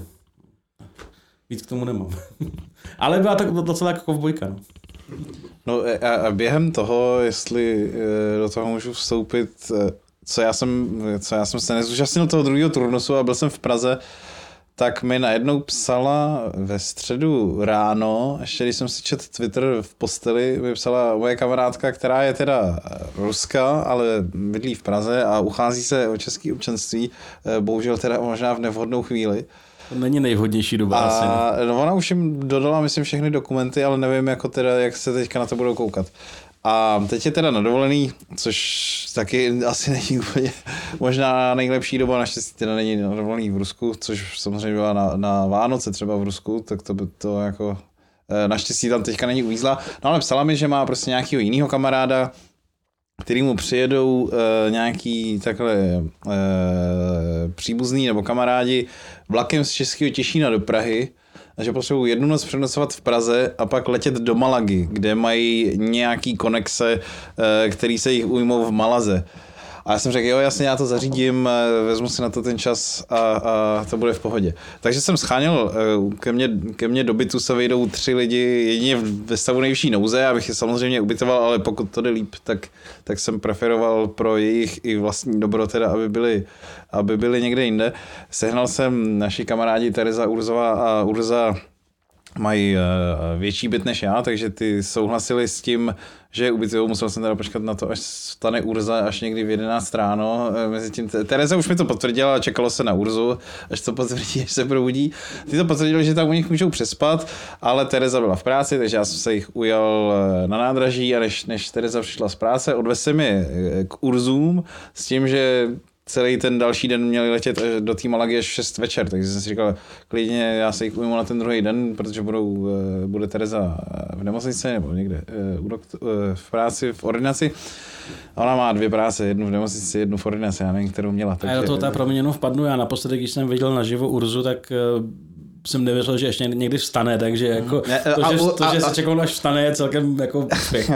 Víc k tomu nemám. Ale byla tak docela jako kovbojka. No a během toho, jestli do toho můžu vstoupit, co já jsem se nezúčastnil toho druhého turnusu a byl jsem v Praze, tak mi najednou psala ve středu ráno, ještě když jsem si četl Twitter v posteli, mi psala moje kamarádka, která je teda ruská, ale bydlí v Praze a uchází se o české občanství, bohužel teda možná v nevhodnou chvíli. To není nejvhodnější doba asi. No ona už jim dodala, myslím, všechny dokumenty, ale nevím, jako teda, jak se teďka na to budou koukat. A teď je teda na dovolený, což taky asi není úplně možná nejlepší doba, naštěstí teda není na dovolený v Rusku, což samozřejmě byla na Vánoce třeba v Rusku, tak to by to jako Naštěstí tam teďka není uvízla. No ale psala mi, že má prostě nějakého jiného kamaráda, který mu přijedou nějaký takhle příbuzný nebo kamarádi vlakem z Českého Těšína do Prahy a že potřebují jednu noc přenocovat v Praze a pak letět do Malagy, kde mají nějaký konexe, který se jich ujmou v Malaze. A já jsem řekl, jo, jasně, já to zařídím, vezmu si na to ten čas a to bude v pohodě. Takže jsem scháněl, ke mně do bytu se vejdou 3 lidi, jedině ve stavu nejvyšší nouze, abych je samozřejmě ubytoval, ale pokud to jde líp, tak jsem preferoval pro jejich i vlastní dobro teda, aby byli někde jinde. Sehnal jsem naši kamarádi Tereza Urzová a Urza mají větší byt než já, takže ty souhlasili s tím, že ubytujou. Musel jsem teda počkat na to, až stane Urza až někdy v 11 ráno. Mezitím Tereza už mi to potvrdila, čekalo se na Urzu, až to potvrdí, až se probudí. Ty to potvrdili, že tam u nich můžou přespat, ale Tereza byla v práci, takže já jsem se jich ujal na nádraží a než Tereza přišla z práce, odvezl jsem je k Urzům s tím, že celý ten další den měli letět do té Malagy až 6 večer, takže jsem si říkal, klidně já se jich ujmu na ten druhý den, protože bude Tereza v nemocnici nebo někde v práci, v ordinaci. A ona má 2 práce, jednu v nemocnici, jednu v ordinaci, já nevím, kterou měla. Takže... A do toho ta proměněnou vpadnu, já naposledy, když jsem viděl naživo Urzu, tak jsem nevěřil, že ještě někdy vstane, takže jako to, že se čekal, až vstane, je celkem jako pěch.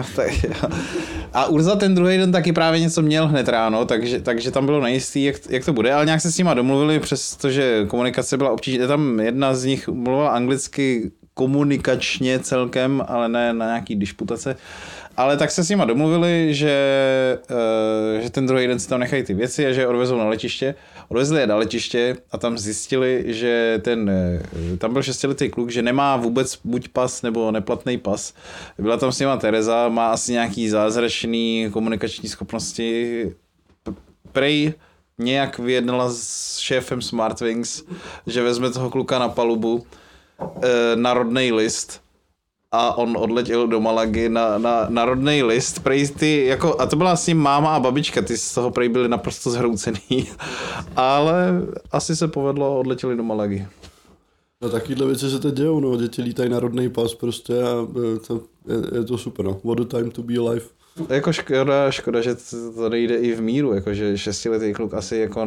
A Urza ten druhý den taky právě něco měl hned ráno, takže tam bylo nejistý, jak to bude, ale nějak se s nima domluvili, přestože komunikace byla obtížná. Tam jedna z nich mluvila anglicky komunikačně celkem, ale ne na nějaký disputace. Ale tak se s nima domluvili, že ten druhý den si tam nechají ty věci a že je odvezou na letiště. Odvezli je na letiště a tam zjistili, že tam byl 6letý kluk, že nemá vůbec buď pas nebo neplatný pas. Byla tam s nima Tereza, má asi nějaký zázračný komunikační schopnosti. Prej nějak vyjednala s šéfem Smartwings, že vezme toho kluka na palubu na rodnej list. A on odletěl do Malagy na rodnej list. Prej ty, jako, a to byla s ním máma a babička, ty z toho prej byli naprosto zhroucený. Ale asi se povedlo, odletěli do Malagy. No takovýhle věci se teď dějou, no, děti lítají na rodnej pas prostě a je to super, no. What a time to be alive. Jako škoda, že to nejde i v míru, jako že 6letý kluk asi jako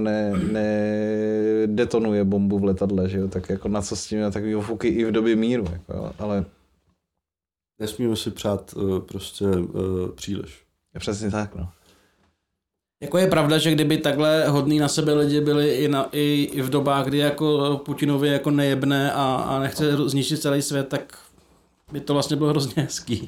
nedetonuje bombu v letadle, že jo, tak jako na co s tím na takový fuky i v době míru, jako, ale... Nesmíme si přát prostě příliš. Je přesně tak, no. Jako je pravda, že kdyby takhle hodný na sebe lidi byli i v dobách, kdy jako Putinovi jako nejebne a nechce zničit celý svět, tak by to vlastně bylo hrozně hezký.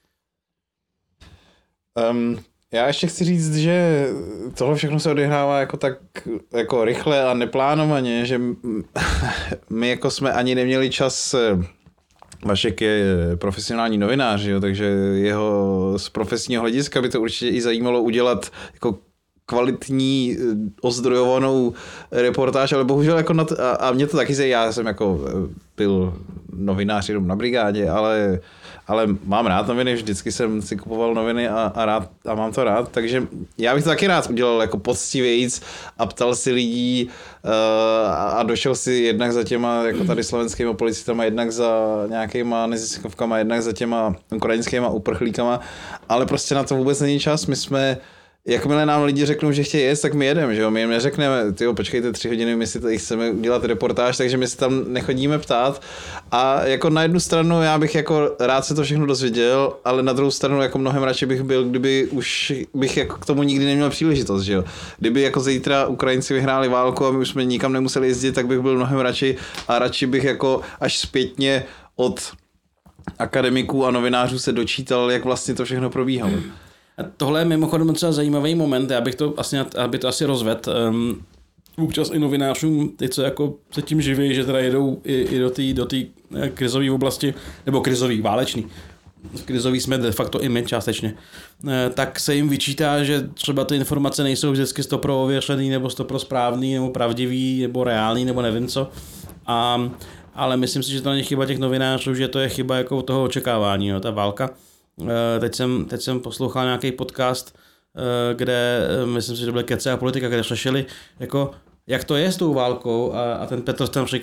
Já ještě chci říct, že tohle všechno se odehrává jako tak jako rychle a neplánovaně, že my jako jsme ani neměli čas. Vašek je profesionální novinář, jo, takže jeho z profesního hlediska by to určitě i zajímalo udělat jako kvalitní ozdrojovanou reportáž, ale bohužel jako a mě to taky zajímá, já jsem jako byl novinář jenom na brigádě, ale mám rád noviny, vždycky jsem si kupoval noviny a mám to rád, takže já bych to taky rád udělal jako poctivějíc a ptal si lidí a došel si jednak za těma jako tady slovenskýma policitama, jednak za nějakýma neziskovkama, jednak za těma ukrajinskýma uprchlíkama, ale prostě na to vůbec není čas, my jsme jakmile nám lidi řeknou, že chtějí jet, tak my jedeme, že jo, my jim neřekneme, tyjo, počkejte 3 hodiny, my si tady chceme udělat reportáž, takže my si tam nechodíme ptát a jako na jednu stranu já bych jako rád se to všechno dozvěděl, ale na druhou stranu jako mnohem radši bych byl, kdyby už bych jako k tomu nikdy neměl příležitost, že jo. Kdyby jako zítra Ukrajinci vyhráli válku a my už jsme nikam nemuseli jezdit, tak bych byl mnohem radši bych jako až zpětně od akademiků a novinářů se dočítal, jak vlastně to všechno probíhalo. A tohle je mimochodem docela zajímavý moment, aby to asi rozvedl. Občas i novinářům, ty co jako se tím živí, že teda jedou i do té krizové oblasti, nebo krizový, válečný. V krizový jsme de facto i my částečně. Tak se jim vyčítá, že třeba ty informace nejsou vždycky 100% ověřený, nebo 100% správný, nebo pravdivý, nebo reálný, nebo nevím co. Ale myslím si, že to není chyba těch novinářů, že to je chyba jako toho očekávání, jo, ta válka. Teď jsem poslouchal nějaký podcast, kde myslím si, že to byly Kece a politika, kde řešili, jako, jak to je s tou válkou a ten Petr tam říkal,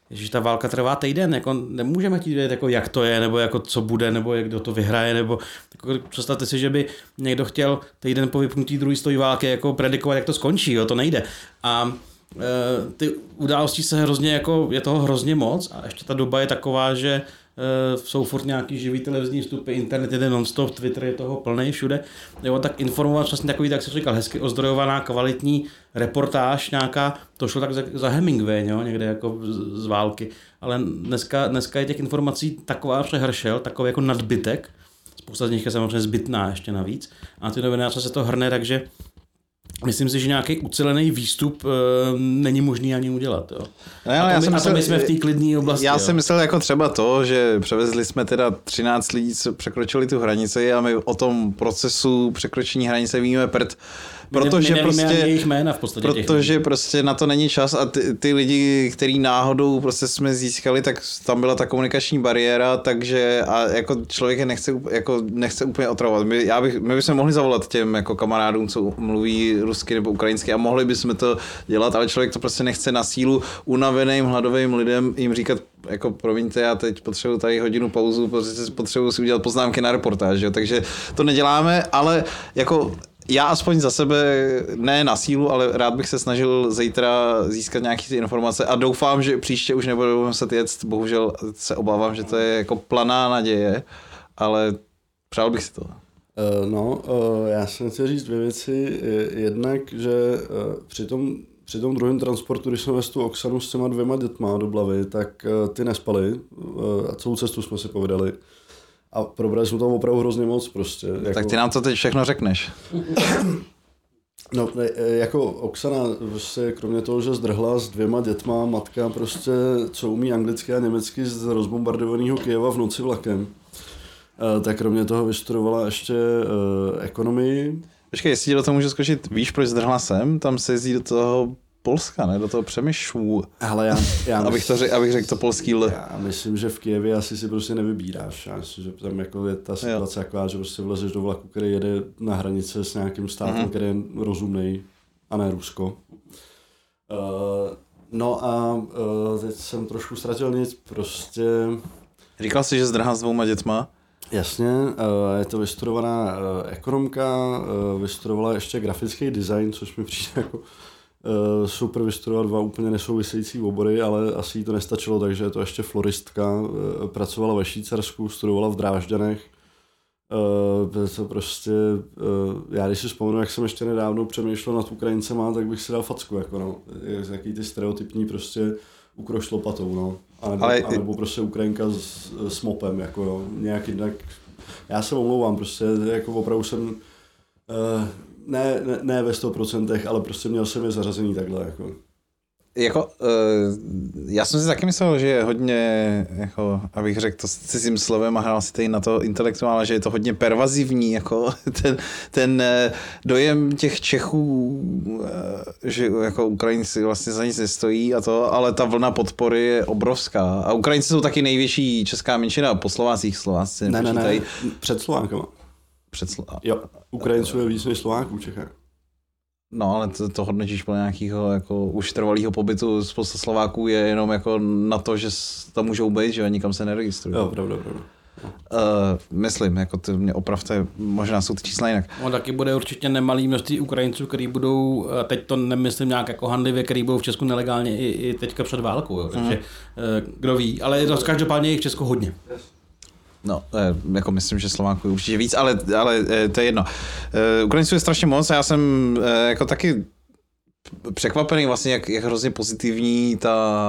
že ta válka trvá týden, jako nemůžeme ti vědět, jako jak to je, nebo jako co bude, nebo jak kdo to vyhraje, nebo jako představte si, že by někdo chtěl týden po vypnutí druhé světové války jako predikovat, jak to skončí, jo, to nejde. A ty události se hrozně, jako je toho hrozně moc a ještě ta doba je taková, že jsou furt nějaký živý televizní vstupy, internet jde non-stop, Twitter je toho plnej všude, jo, tak informovat přesně takový, tak jsem říkal, hezky ozdrojovaná, kvalitní reportáž nějaká, to šlo tak za Hemingway, jo, někde jako z války, ale dneska je těch informací taková přehršel, takový jako nadbytek, spousta z nich je samozřejmě zbytná ještě navíc a ty novináře se to hrne, takže myslím si, že nějaký ucelený výstup není možný ani udělat. Jo. No, my jsme v té klidné oblasti. Já jsem myslel jako třeba to, že převezli jsme teda 13 lidí, co překročili tu hranici a my o tom procesu překročení hranice víme protože jejich jména v podstatě protože prostě na to není čas a ty lidi, který náhodou prostě jsme získali, tak tam byla ta komunikační bariéra, takže a jako člověk je nechce úplně otravovat. My bychom mohli zavolat těm jako kamarádům, co mluví rusky nebo ukrajinsky a mohli bychom to dělat, ale člověk to prostě nechce na sílu unaveným, hladovým lidem jim říkat, jako promiňte, já teď potřebuji tady hodinu pauzu, protože potřebuji si udělat poznámky na reportáž, jo? Takže to neděláme, ale jako já aspoň za sebe, ne na sílu, ale rád bych se snažil zítra získat nějaké ty informace a doufám, že příště už nebudu muset jet, bohužel se obávám, že to je jako planá naděje, ale přál bych si to. Já jsem chtěl říct dvě věci. Jednak, že při tom druhém transportu, když jsme vezli tu Oksanu s těma 2 dětma do Blavy, tak ty nespali a celou cestu jsme si povídali. A probrali jsme tam opravdu hrozně moc prostě. Jako... Tak ty nám to teď všechno řekneš. No, jako Oksana, prostě kromě toho, že zdrhla s 2 dětma, matka prostě, co umí anglicky a německy z rozbombardovaného Kyjeva v noci vlakem, tak kromě toho vystudovala ještě ekonomii. Počkej, jestli do toho můžu skočit, víš, proč zdrhla sem? Tam se jezdí do toho Polska, ne? Do toho Přemyšlu. Ale abych řekl to polský L. Já myslím, že v Kyjevě asi si prostě nevybíráš. Já myslím, že tam jako je ta situace taková, že prostě vlezeš do vlaku, který jede na hranice s nějakým státem, který je rozumnej, a ne Rusko. Teď jsem trošku ztratil nic, prostě... Říkal jsi, že zdrhá s 2 dětma? Jasně, je to vystudovaná ekonomka, vystudovala ještě grafický design, což mi přijde jako super vystudovat 2 úplně nesouvisející obory, ale asi jí to nestačilo, takže je to ještě floristka, pracovala ve Švýcarsku, studovala v Drážďanech. To prostě, já když si vzpomenu, jak jsem ještě nedávno přemýšlel nad Ukrajincema, tak bych si dal facku, jako no, jaký ty stereotypní prostě ukroš lopatou, no. A nebo prostě Ukrajinka s mopem, jako jo, nějak jinak. Já se omlouvám, prostě jako opravdu jsem ne ve 100%, ale prostě měl jsem je zařazený takhle, jako. Já jsem si taky myslel, že je hodně, jako, abych řekl to s cizím slovem a hrál si tady na to intelektuálně, že je to hodně pervazivní, jako ten dojem těch Čechů, že jako Ukrajinci vlastně za nic nestojí a to, ale ta vlna podpory je obrovská. A Ukrajinci jsou taky největší česká menšina po Slovácích, Slováci ne, před Slovákama. Jo, Ukrajinců je víc než Slováků v Čechách. No, ale to hodnotíš podle nějakého jako už trvalého pobytu spousta Slováků je jenom jako na to, že tam můžou být, že nikam se neregistrují. Jo, pravda. Myslím, jako ty mě opravte, možná jsou ty čísla jinak. No, taky bude určitě nemalý množství Ukrajinců, který budou, teď to nemyslím nějak jako handlivě, který budou v Česku nelegálně i teďka před válkou, jo, takže kdo ví, ale každopádně je v Česku hodně. No, jako myslím, že Slováků je určitě víc, ale to je jedno. Ukrajinců je strašně moc a já jsem jako taky překvapený vlastně, jak hrozně pozitivní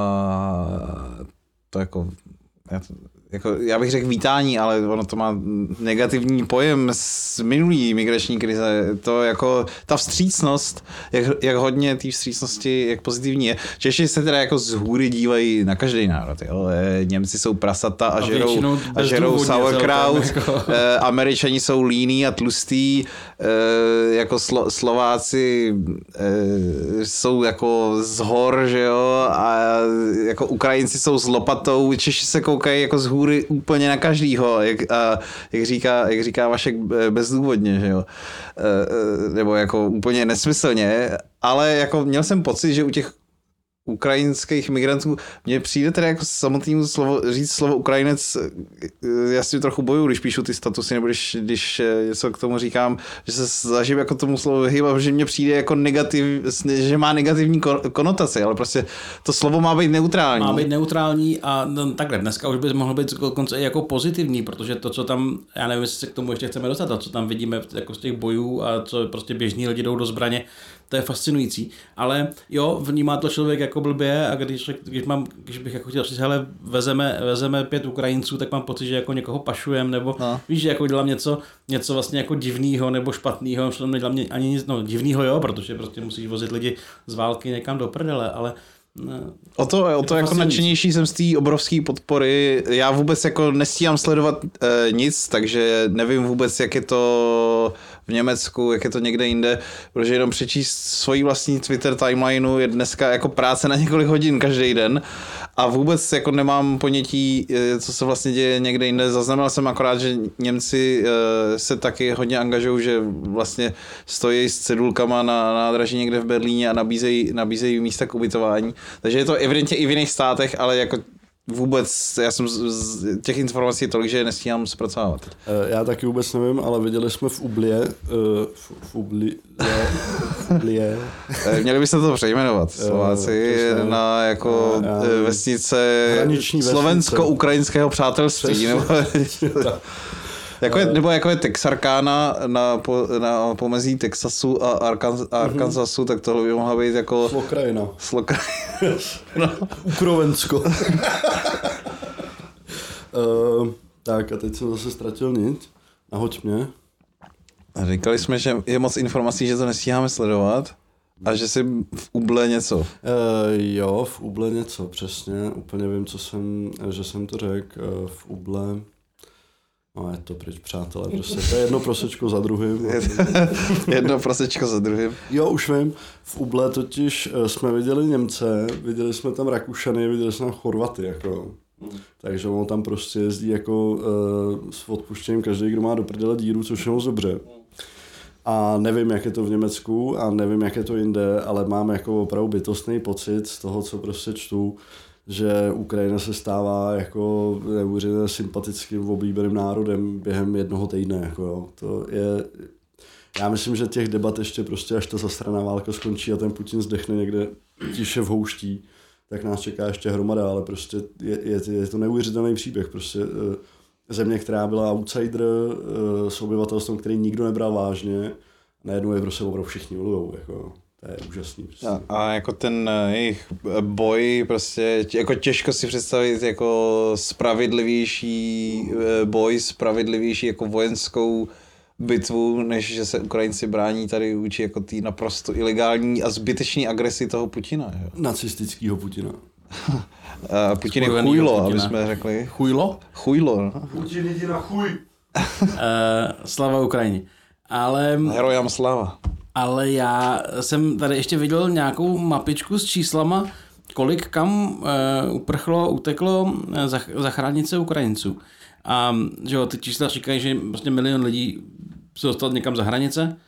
to jako já bych řekl vítání, ale ono to má negativní pojem z minulý migrační krize. To jako ta vstřícnost, jak hodně té vstřícnosti, jak pozitivní je. Češi se teda jako z hůry dívají na každý národ. Jo. Němci jsou prasata a žerou sauerkraut. Jako. Američani jsou líní a tlustý. Jako Slováci jsou jako z hor, že jo. A jako Ukrajinci jsou s lopatou. Češi se koukají jako z hůry úplně na každýho, jak říká Vašek bezdůvodně, že jo. Nebo jako úplně nesmyslně, ale jako měl jsem pocit, že ukrajinských migrantů. Mně přijde teda jako samotnému říct slovo Ukrajinec, já si trochu bojuju, když píšu ty statusy, nebo když něco k tomu říkám, že se snažím jako tomu slovu vyhýbat, že mně přijde jako že má negativní konotaci, ale prostě to slovo má být neutrální. Má být neutrální a takhle, dneska už by mohlo být dokonce i jako pozitivní, protože to, co tam, já nevím, jestli se k tomu ještě chceme dostat, a co tam vidíme jako z těch bojů a co prostě běžní lidi jdou do zbraně, to je fascinující. Ale jo, vnímá to člověk jako blbě a když bych jako chtěl říct, hele, vezeme 5 Ukrajinců, tak mám pocit, že jako někoho pašujem, nebo víš, že jako dělám něco vlastně jako divného nebo špatného, nedělám ani nic, no divného jo, protože prostě musíš vozit lidi z války někam do prdele, ale O to jako nadšenější jsem z té obrovské podpory. Já vůbec jako nestíhám sledovat nic, takže nevím vůbec, jak je to v Německu, jak je to někde jinde, protože jenom přečíst svoji vlastní Twitter timelineu je dneska jako práce na několik hodin každý den a vůbec jako nemám ponětí, co se vlastně děje někde jinde. Zaznamenal jsem akorát, že Němci se taky hodně angažují, že vlastně stojí s cedulkama na nádraží někde v Berlíně a nabízejí místa k ubytování. Takže je to evidentně i v jiných státech, ale jako vůbec, já jsem z těch informací tolik, že je nestíhám zpracovávat. Já taky vůbec nevím, ale viděli jsme v Ublie. Měli byste to přejmenovat, Slováci, na jako vesnice slovensko-ukrajinského přátelství. Nebo jako je Texarkana na pomezí Texasu a Arkansasu, tak tohle by mohla být jako... Slokrajina. No. Ukrovensko. Tak a teď jsem zase ztratil nic. Nahoď mě. Říkali jsme, že je moc informací, že to nestíháme sledovat a že si v Uble něco. Jo, v Uble něco, přesně. Úplně vím, že jsem to řekl. V Uble... No je to pryč, přátelé, prostě to je jedno prosečko za druhým. Jedno prosečko za druhým. Jo, už vím. V Uble totiž jsme viděli Němce, viděli jsme tam Rakušany, viděli jsme tam Chorvaty, jako. Takže on tam prostě jezdí jako s odpuštěním každý, kdo má do prdele díru, což je moc dobře. A nevím, jak je to v Německu a nevím, jak je to jinde, ale mám jako opravdu bytostný pocit z toho, co prostě čtu, že Ukrajina se stává jako neuvěřitelně sympatickým oblíbeným národem během jednoho týdne. Jako jo. To je, já myslím, že těch debat ještě prostě, až ta zasraná válka skončí a ten Putin zdechne někde tiše v houští, tak nás čeká ještě hromada, ale prostě je to neuvěřitelný příběh. Prostě země, která byla outsider s obyvatelstvem, který nikdo nebral vážně, najednou je prostě opravdu všichni milujou. Jako. To je úžasný. Prostě. A jako ten jejich boj, prostě jako těžko si představit jako spravedlivější boj, spravedlivější jako vojenskou bitvu, než že se Ukrajinci brání tady vůči jako tý naprosto ilegální a zbytečný agresi toho Putina. Jo? Nacistického Putina. Putin je chujlo, aby jsme řekli. Chujlo? Chujlo. No. Putin jdi na chuj. Slava Ukrajině. Ale... Herojám slava. Ale já jsem tady ještě viděl nějakou mapičku s číslama, kolik kam uteklo zachránit se Ukrajinců. A že jo, ty čísla říkají, že prostě 1 milion lidí se dostal někam za hranice.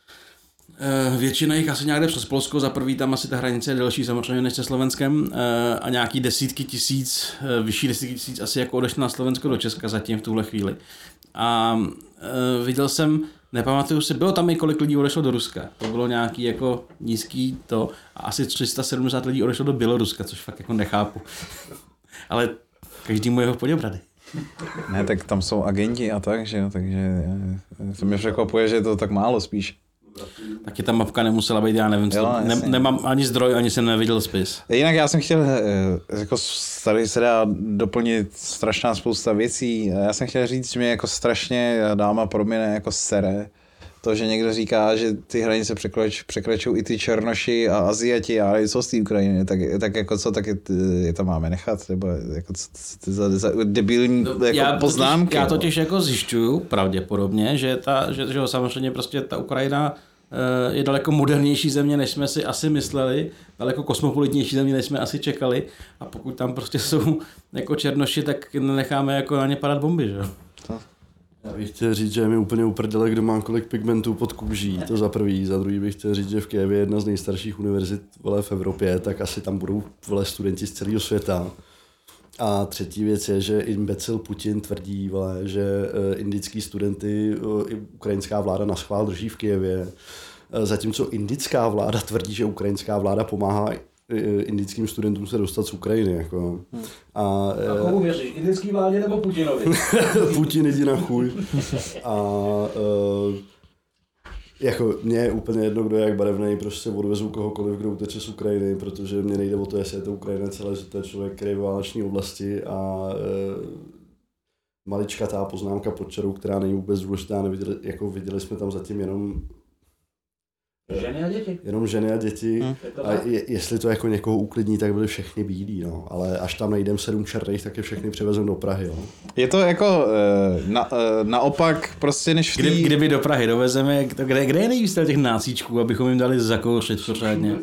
Většina jich asi nějak jde přes Polsko, za prvý tam asi ta hranice je delší samozřejmě než se Slovenskem a nějaký desítky tisíc, vyšší desítky tisíc asi jako odešlo na Slovensko do Česka zatím v tuhle chvíli. A viděl jsem, nepamatuju si, bylo tam i kolik lidí odešlo do Ruska. To bylo nějaký jako nízký to a asi 370 lidí odešlo do Běloruska, což fakt jako nechápu. Ale každému jeho poděbrady. Ne, tak tam jsou agenti a tak, že jo, takže to mě překvapuje, že je to tak málo spíš. Taky ta mapka nemusela být, já nevím, jo, nemám ani zdroj, ani jsem neviděl spis. Jinak já jsem chtěl, jako tady se dá doplnit strašná spousta věcí, já jsem chtěl říct, že mě jako strašně dáma pro mě jako sere, to, že někdo říká, že ty hranice překračují i ty Černoši a Aziati a co z té Ukrajiny, tak jako co, tak je to máme nechat, nebo jako co za debilní jako poznámky. Já totiž jako zjišťuju pravděpodobně, že samozřejmě prostě ta Ukrajina je daleko modernější země, než jsme si asi mysleli, daleko kosmopolitnější země, než jsme asi čekali a pokud tam prostě jsou jako Černoši, tak necháme jako na ně padat bomby, že jo? Já bych chtěl říct, že je mi úplně uprdele, kdo má kolik pigmentů pod kůží, to za prvý. Za druhý bych chtěl říct, že v Kyjevě je jedna z nejstarších univerzit v Evropě, tak asi tam budou studenti z celého světa. A třetí věc je, že imbecil Putin tvrdí, že indický studenty ukrajinská vláda naschvál drží v Kyjevě, zatímco indická vláda tvrdí, že ukrajinská vláda pomáhá indickým studentům se dostat z Ukrajiny. Jako. A komu věříš? Indický vládě nebo Putinovi? Putin jdi na chuj. A jako mě je úplně jedno, kdo je jak barevnej, prostě odvezu kohokoliv, kdo uteče z Ukrajiny, protože mě nejde o to, jestli je to Ukrajinec, ale že to je člověk, který je v váleční oblasti a maličkatá poznámka pod čarou, která není vůbec důležitá, viděli jsme tam zatím jenom ženy a děti. Jenom ženy a děti. A jestli to jako někoho uklidní, tak byli všechny bílí, no. Ale až tam najdem 7 černých, tak je všechny přivezem do Prahy, jo. Je to jako naopak prostě než Kdyby do Prahy dovezeme, kde je nejvíc těch nácíčků, abychom jim dali zakoušet pořádně?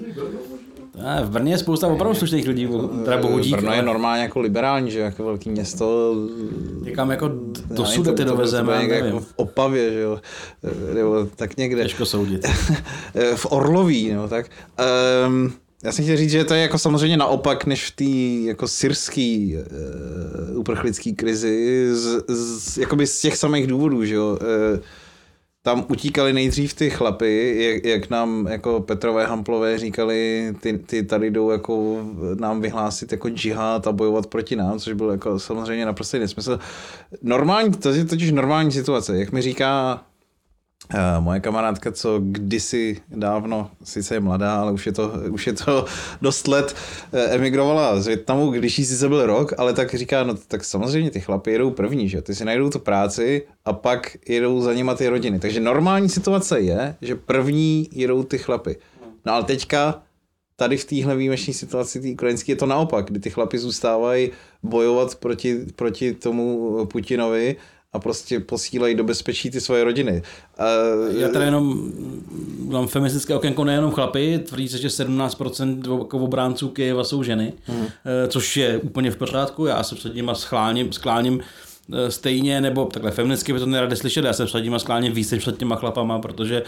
V Brně je spousta opravdu slušných lidí, teda bohu dík. Brno je normálně jako liberální, že jako velký město. Někam jako dosud ty dovezeme, nevím. Jako v Opavě, že jo, nebo tak někde. Těžko soudit. V Orloví, no tak. Já jsem chtěl říct, že to je jako samozřejmě naopak, než v té jako syrský uprchlický krizi, jakoby z těch samých důvodů, že jo. Tam utíkali nejdřív ty chlapy, jak nám jako Petrové Hamplové říkali, ty tady jdou jako nám vyhlásit jako džihad a bojovat proti nám, což byl jako samozřejmě naprostý nesmysl. Normální, to je totiž normální situace, jak mi říká moje kamarádka, co kdysi dávno, sice je mladá, ale už je to dost let, emigrovala z Vietnamu, když jí sice byl rok, ale tak říká, no tak samozřejmě ty chlapi jedou první, že ty si najdou tu práci a pak jedou za nima ty rodiny. Takže normální situace je, že první jedou ty chlapi. No ale teďka tady v téhle výjimečné situaci té ukrajinské je to naopak, kdy ty chlapi zůstávají bojovat proti tomu Putinovi a prostě posílají do bezpečí ty svoje rodiny. Já tady jenom mám feministické okénko, nejenom chlapy, tvrdí se, že 17% obránců Kyjeva jsou ženy, což je úplně v pořádku, já se před nimi skláním stejně, nebo takhle feministicky by to neradi slyšet, já se před nimi skláním víc než před těma chlapama, protože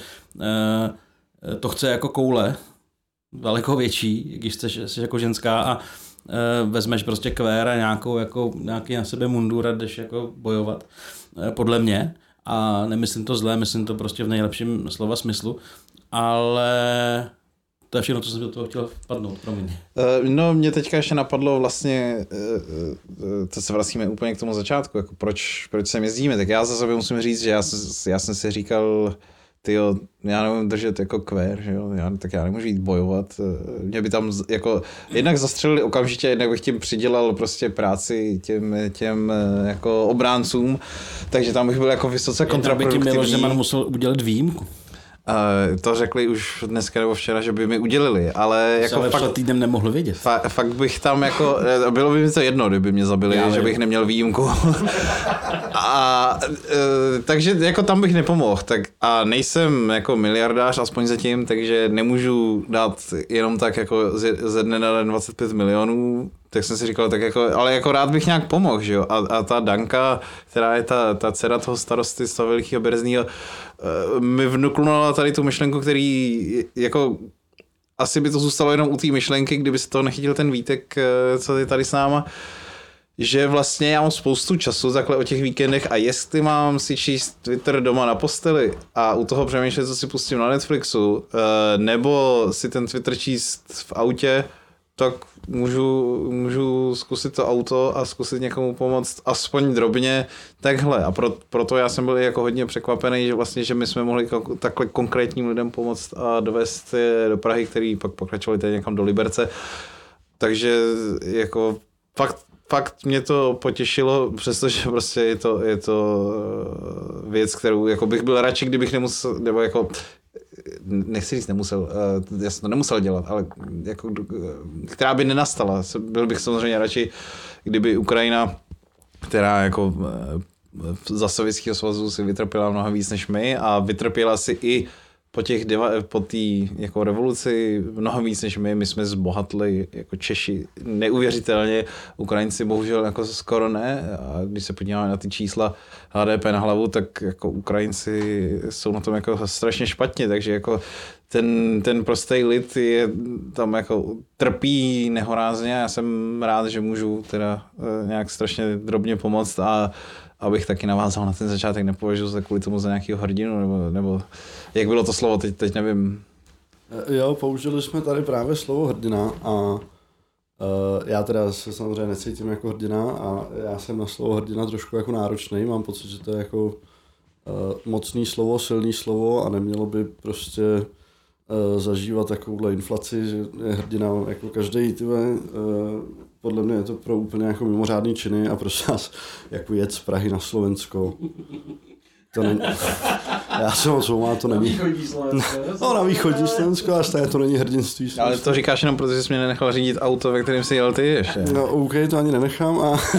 to chce jako koule, daleko větší, když jsi jako ženská a vezmeš prostě kvér a nějaký na sebe mundur a jdeš jako bojovat, podle mě. A nemyslím to zlé, myslím to prostě v nejlepším slova smyslu, ale to je všechno, co jsem do toho chtěl vpadnout, promiň. No, mě teďka ještě napadlo vlastně, to se vracíme úplně k tomu začátku, jako proč sem jezdíme, tak já za sebe musím říct, že já jsem si říkal, tyjo, já nevím držet jako kvér, že jo, tak já nemůžu jít bojovat. Mě by tam jako jednak zastřelili okamžitě, jednak bych tím přidělal prostě práci těm jako obráncům, takže tam bych byl jako vysoce kontraproduktivní. Jednak by tím Miloš musel udělat výjimku. To řekli už dneska nebo včera, že by mi udělili, ale jako ale fakt týdnem nemohl vědět. Fakt bych tam jako, bylo by mi to jedno, kdyby mě zabili, že bych neměl výjimku. Takže jako tam bych nepomohl. A nejsem jako miliardář, aspoň zatím, takže nemůžu dát jenom tak jako ze dne na den 25 milionů, tak jsem si říkal, tak jako, ale jako rád bych nějak pomohl, že jo. A ta Danka, která je ta dcera toho starosty z toho Velikého Bereznýho, mi vnuknula tady tu myšlenku, který jako asi by to zůstalo jenom u té myšlenky, kdyby se to nechytil ten Vítek, co je tady s náma, že vlastně já mám spoustu času takhle o těch víkendech a jestli mám si číst Twitter doma na posteli a u toho přemýšlet, co si pustím na Netflixu, nebo si ten Twitter číst v autě, tak můžu zkusit to auto a zkusit někomu pomoct aspoň drobně takhle. A proto já jsem byl jako hodně překvapený, že vlastně, že my jsme mohli takhle konkrétním lidem pomoct a dovést je do Prahy, který pak pokračovali tady někam do Liberce. Takže jako fakt mě to potěšilo, přestože prostě je to věc, kterou jako bych byl radši, kdybych nemusel, nebo jako nechci říct nemusel, já jsem to nemusel dělat, ale jako, která by nenastala. Byl bych samozřejmě radši, kdyby Ukrajina, která jako za Sovětského svazu si vytrpěla mnohem víc než my a vytrpěla si i po té jako revoluci mnoho víc než my jsme zbohatli jako Češi neuvěřitelně, Ukrajinci bohužel jako skoro ne, a když se podíváme na ty čísla HDP na hlavu, tak jako Ukrajinci jsou na tom jako strašně špatně, takže jako ten prostý lid je tam jako trpí nehorázně a já jsem rád, že můžu teda nějak strašně drobně pomoct a abych taky navázal na ten začátek, nepovažuji se kvůli tomu za nějakého hrdinu, nebo jak bylo to slovo, teď nevím. Jo, použili jsme tady právě slovo hrdina a já teda se samozřejmě necítím jako hrdina a já jsem na slovo hrdina trošku jako náročný, mám pocit, že to je jako mocný slovo, silný slovo a nemělo by prostě zažívat takovouhle inflaci, že je hrdina jako každý, podle mě je to pro úplně jako mimořádný činy a prostě jako jet z Prahy na Slovensko. To není, já se moc omlouvám, to není. No, na východní Slovensko a stejně to není hrdinství. Slovensko. Ale to říkáš jenom protože jsi mě nenechal řídit auto, ve kterém jsi jel ty ještě. No, OK, to ani nenechám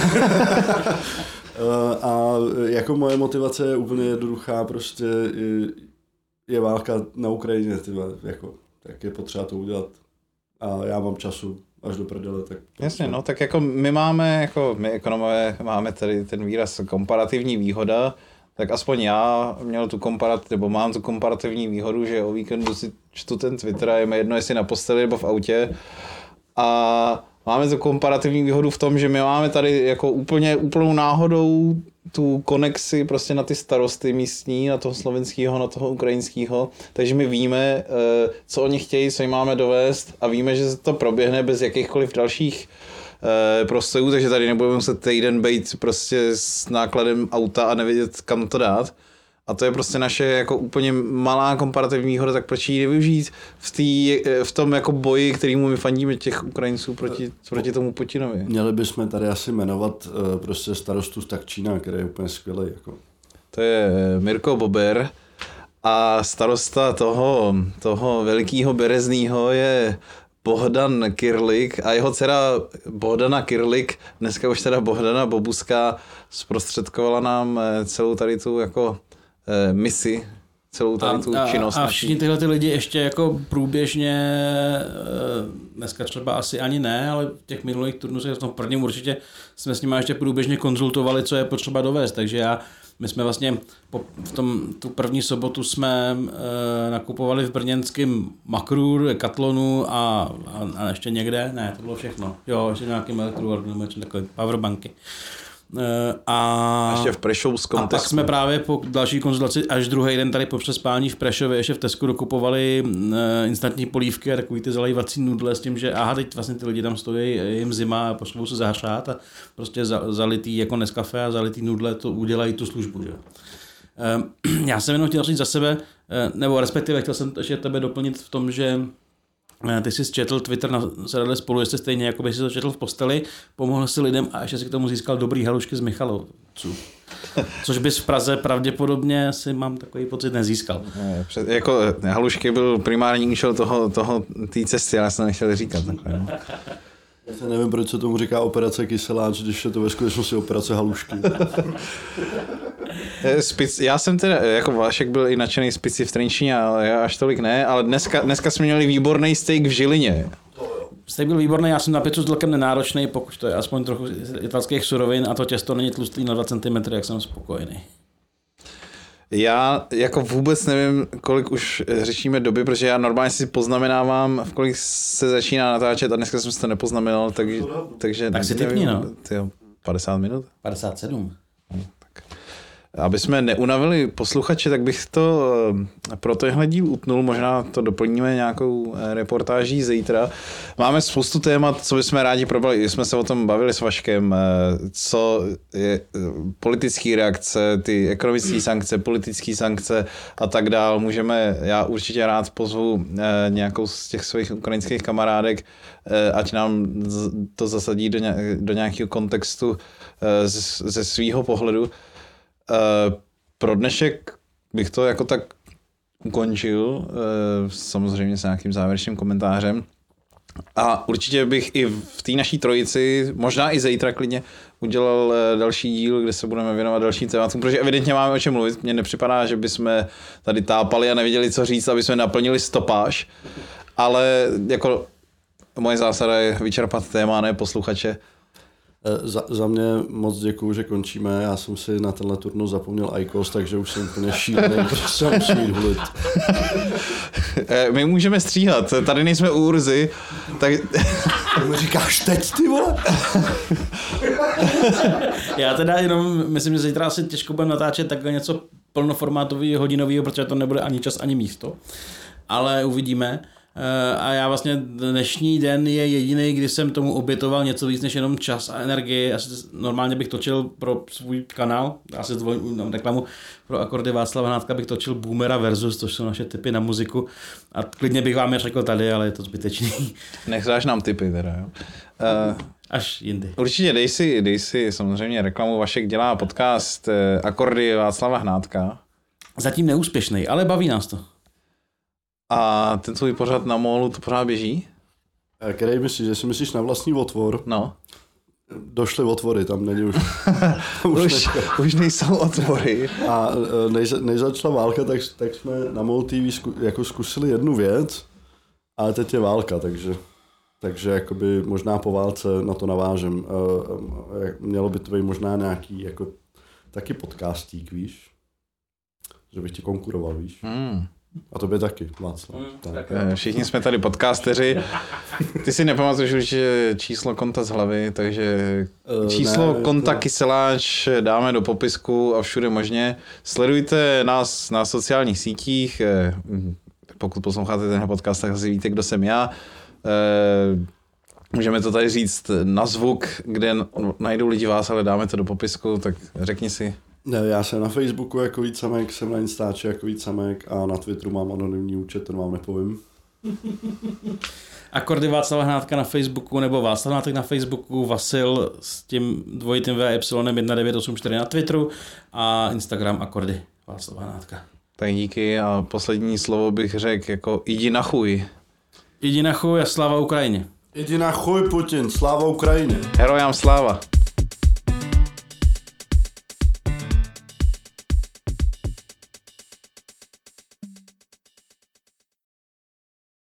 a jako moje motivace je úplně jednoduchá, prostě je válka na Ukrajině, jako, tak je potřeba to udělat a já mám času až do prdele. Tak jasně, no tak jako my ekonomové máme tady ten výraz komparativní výhoda, tak aspoň já mám tu komparativní výhodu, že o víkendu si čtu ten Twitter a je mi jedno, jestli na posteli nebo v autě a máme tu komparativní výhodu v tom, že my máme tady jako úplnou náhodou tu konexi prostě na ty starosty místní, na toho slovenského, na toho ukrajinského, takže my víme, co oni chtějí, co jim máme dovést a víme, že to proběhne bez jakýchkoliv dalších prostojů, takže tady nebudeme muset týden být prostě s nákladem auta a nevědět, kam to dát. A to je prostě naše jako úplně malá komparativní výhoda, tak proč ji nevyužít v tom jako boji, kterýmu my fandíme těch Ukrajinců proti tomu Putinovi. Měli bychom tady asi jmenovat prostě starostu z Takčína, který je úplně skvělý. Jako. To je Mirko Bober a starosta toho velikého Bereznýho je Bohdan Kyrlik a jeho dcera Bohdana Kyrlik, dneska už teda Bohdana Bobuska, zprostředkovala nám celou tady tu jako misi, celou tady tu činnost. A všichni tyhle ty lidi ještě jako průběžně, dneska třeba asi ani ne, ale v těch minulých turnusech, v tom prvním určitě jsme s nimi ještě průběžně konzultovali, co je potřeba dovést, takže my jsme vlastně tu první sobotu jsme nakupovali v brněnském Makru, Decathlonu a ještě někde, ne, to bylo všechno. Jo, ještě nějakým Elektru, takové powerbanky. A ještě v Prešovskom a pak jsme právě po další konzultaci až druhý den tady po přespání v Prešově ještě v Tesku dokupovali instantní polívky a takový ty zalejvací nudle s tím, že teď vlastně ty lidi tam stojí, jim zima a potřebují se zahřát a prostě zalitý jako Nescafé a zalitý nudle to udělají tu službu. Že? Já jsem jenom chtěl říct za sebe, nebo respektive chtěl jsem ještě tebe doplnit v tom, že ty jsi četl Twitter na Sedadle spolu, jestli stejně jako by si to četl v posteli, pomohl si lidem a ještě si k tomu získal dobrý halušky z Michalovců. Což bys v Praze pravděpodobně si mám takový pocit nezískal. Jako halušky byl primární účel té cesty, ale já jsem nechtěl říkat. Takhle, no. Já nevím, proč se tomu říká operace kyseláč, když je to ve skutečnosti operace halušky. Já jsem teda, jako Vašek byl i nadšený z pici v Trenčíně, ale já až tolik ne, ale dneska jsme měli výborný steak v Žilině. Steak byl výborný, já jsem na pizzu celkem nenáročný, pokud to je aspoň trochu italských surovin a to těsto není tlustý na 2 cm, jak jsem spokojený. Já jako vůbec nevím, kolik už řešíme doby, protože já normálně si poznamenávám, v kolik se začíná natáčet a dneska jsem si to nepoznamenal, takže tak si typni, no. 50 minut? 57. Aby jsme neunavili posluchače, tak bych to pro tenhle díl utnul, možná to doplníme nějakou reportáží zítra. Máme spoustu témat, co bychom rádi probrali, jsme se o tom bavili s Vaškem, co je politické reakce, ty ekonomické sankce, politické sankce a tak dál. Já určitě rád pozvu nějakou z těch svých ukrajinských kamarádek, ať nám to zasadí do nějakého kontextu ze svýho pohledu. Pro dnešek bych to jako tak ukončil, samozřejmě s nějakým závěrečným komentářem. A určitě bych i v té naší trojici, možná i zítra klidně, udělal další díl, kde se budeme věnovat dalším tématům, protože evidentně máme o čem mluvit. Mně nepřipadá, že bychom tady tápali a nevěděli, co říct, aby jsme naplnili stopáž, ale jako moje zásada je vyčerpat téma, ne posluchače. Za mě moc děkuju, že končíme. Já jsem si na tenhle turnus zapomněl IQOS, takže už jsem úplně šílený, prostě musím jít hulit. My můžeme stříhat, tady nejsme u Urzy, tak... To mi říkáš teď, ty vole? Já teda jenom myslím, že zítra asi těžko budeme natáčet takhle něco plnoformátového, hodinového, protože to nebude ani čas, ani místo. Ale uvidíme. A já vlastně dnešní den je jediný, kdy jsem tomu obětoval něco víc než jenom čas a energii. Normálně bych točil pro svůj kanál, asi dám reklamu, pro Akordy Václava Hnátka bych točil Boomera versus, což jsou naše tipy na muziku. A klidně bych vám je řekl tady, ale je to zbytečný. Nechzáš nám tipy teda, jo? Až jindy. Určitě dej si samozřejmě reklamu. Vašek dělá podcast Akordy Václava Hnátka. Zatím neúspěšný, ale baví nás to. A ten tvůj pořad na Molu to pořád běží? Který myslíš, že si myslíš na vlastní otvor? No. Došly otvory, tam není už. už nejsou otvory. A než začala válka, tak jsme na Mol TV jako zkusili jednu věc, ale teď je válka, takže jakoby možná po válce na to navážem. Mělo by to být možná nějaký jako taky podcastík, víš? Že bych ti konkuroval, víš? A to by taky, Václav. Všichni jsme tady podcasteři. Ty si nepamatuješ už číslo konta z hlavy, takže číslo konta Kyseláč dáme do popisku a všude možně. Sledujte nás na sociálních sítích. Pokud posloucháte ten podcast, tak asi víte, kdo jsem já. Můžeme to tady říct na zvuk, kde najdou lidi vás, ale dáme to do popisku, tak řekni si. Já jsem na Facebooku jako Vít Samek, jsem na Instači jako Vít Samek a na Twitteru mám anonymní účet, ten vám nepovím. Akordy Václava Hnátka na Facebooku nebo Václav Hnátek na Facebooku, Vasil s tím dvojitým VY1984 na Twitteru a Instagram Akordy Václava Hnátka. Tak díky a poslední slovo bych řekl jako jdi na chuj. Jdi na chuj a sláva Ukrajině. Jdi na chuj Putin, sláva Ukrajině. Herojám sláva.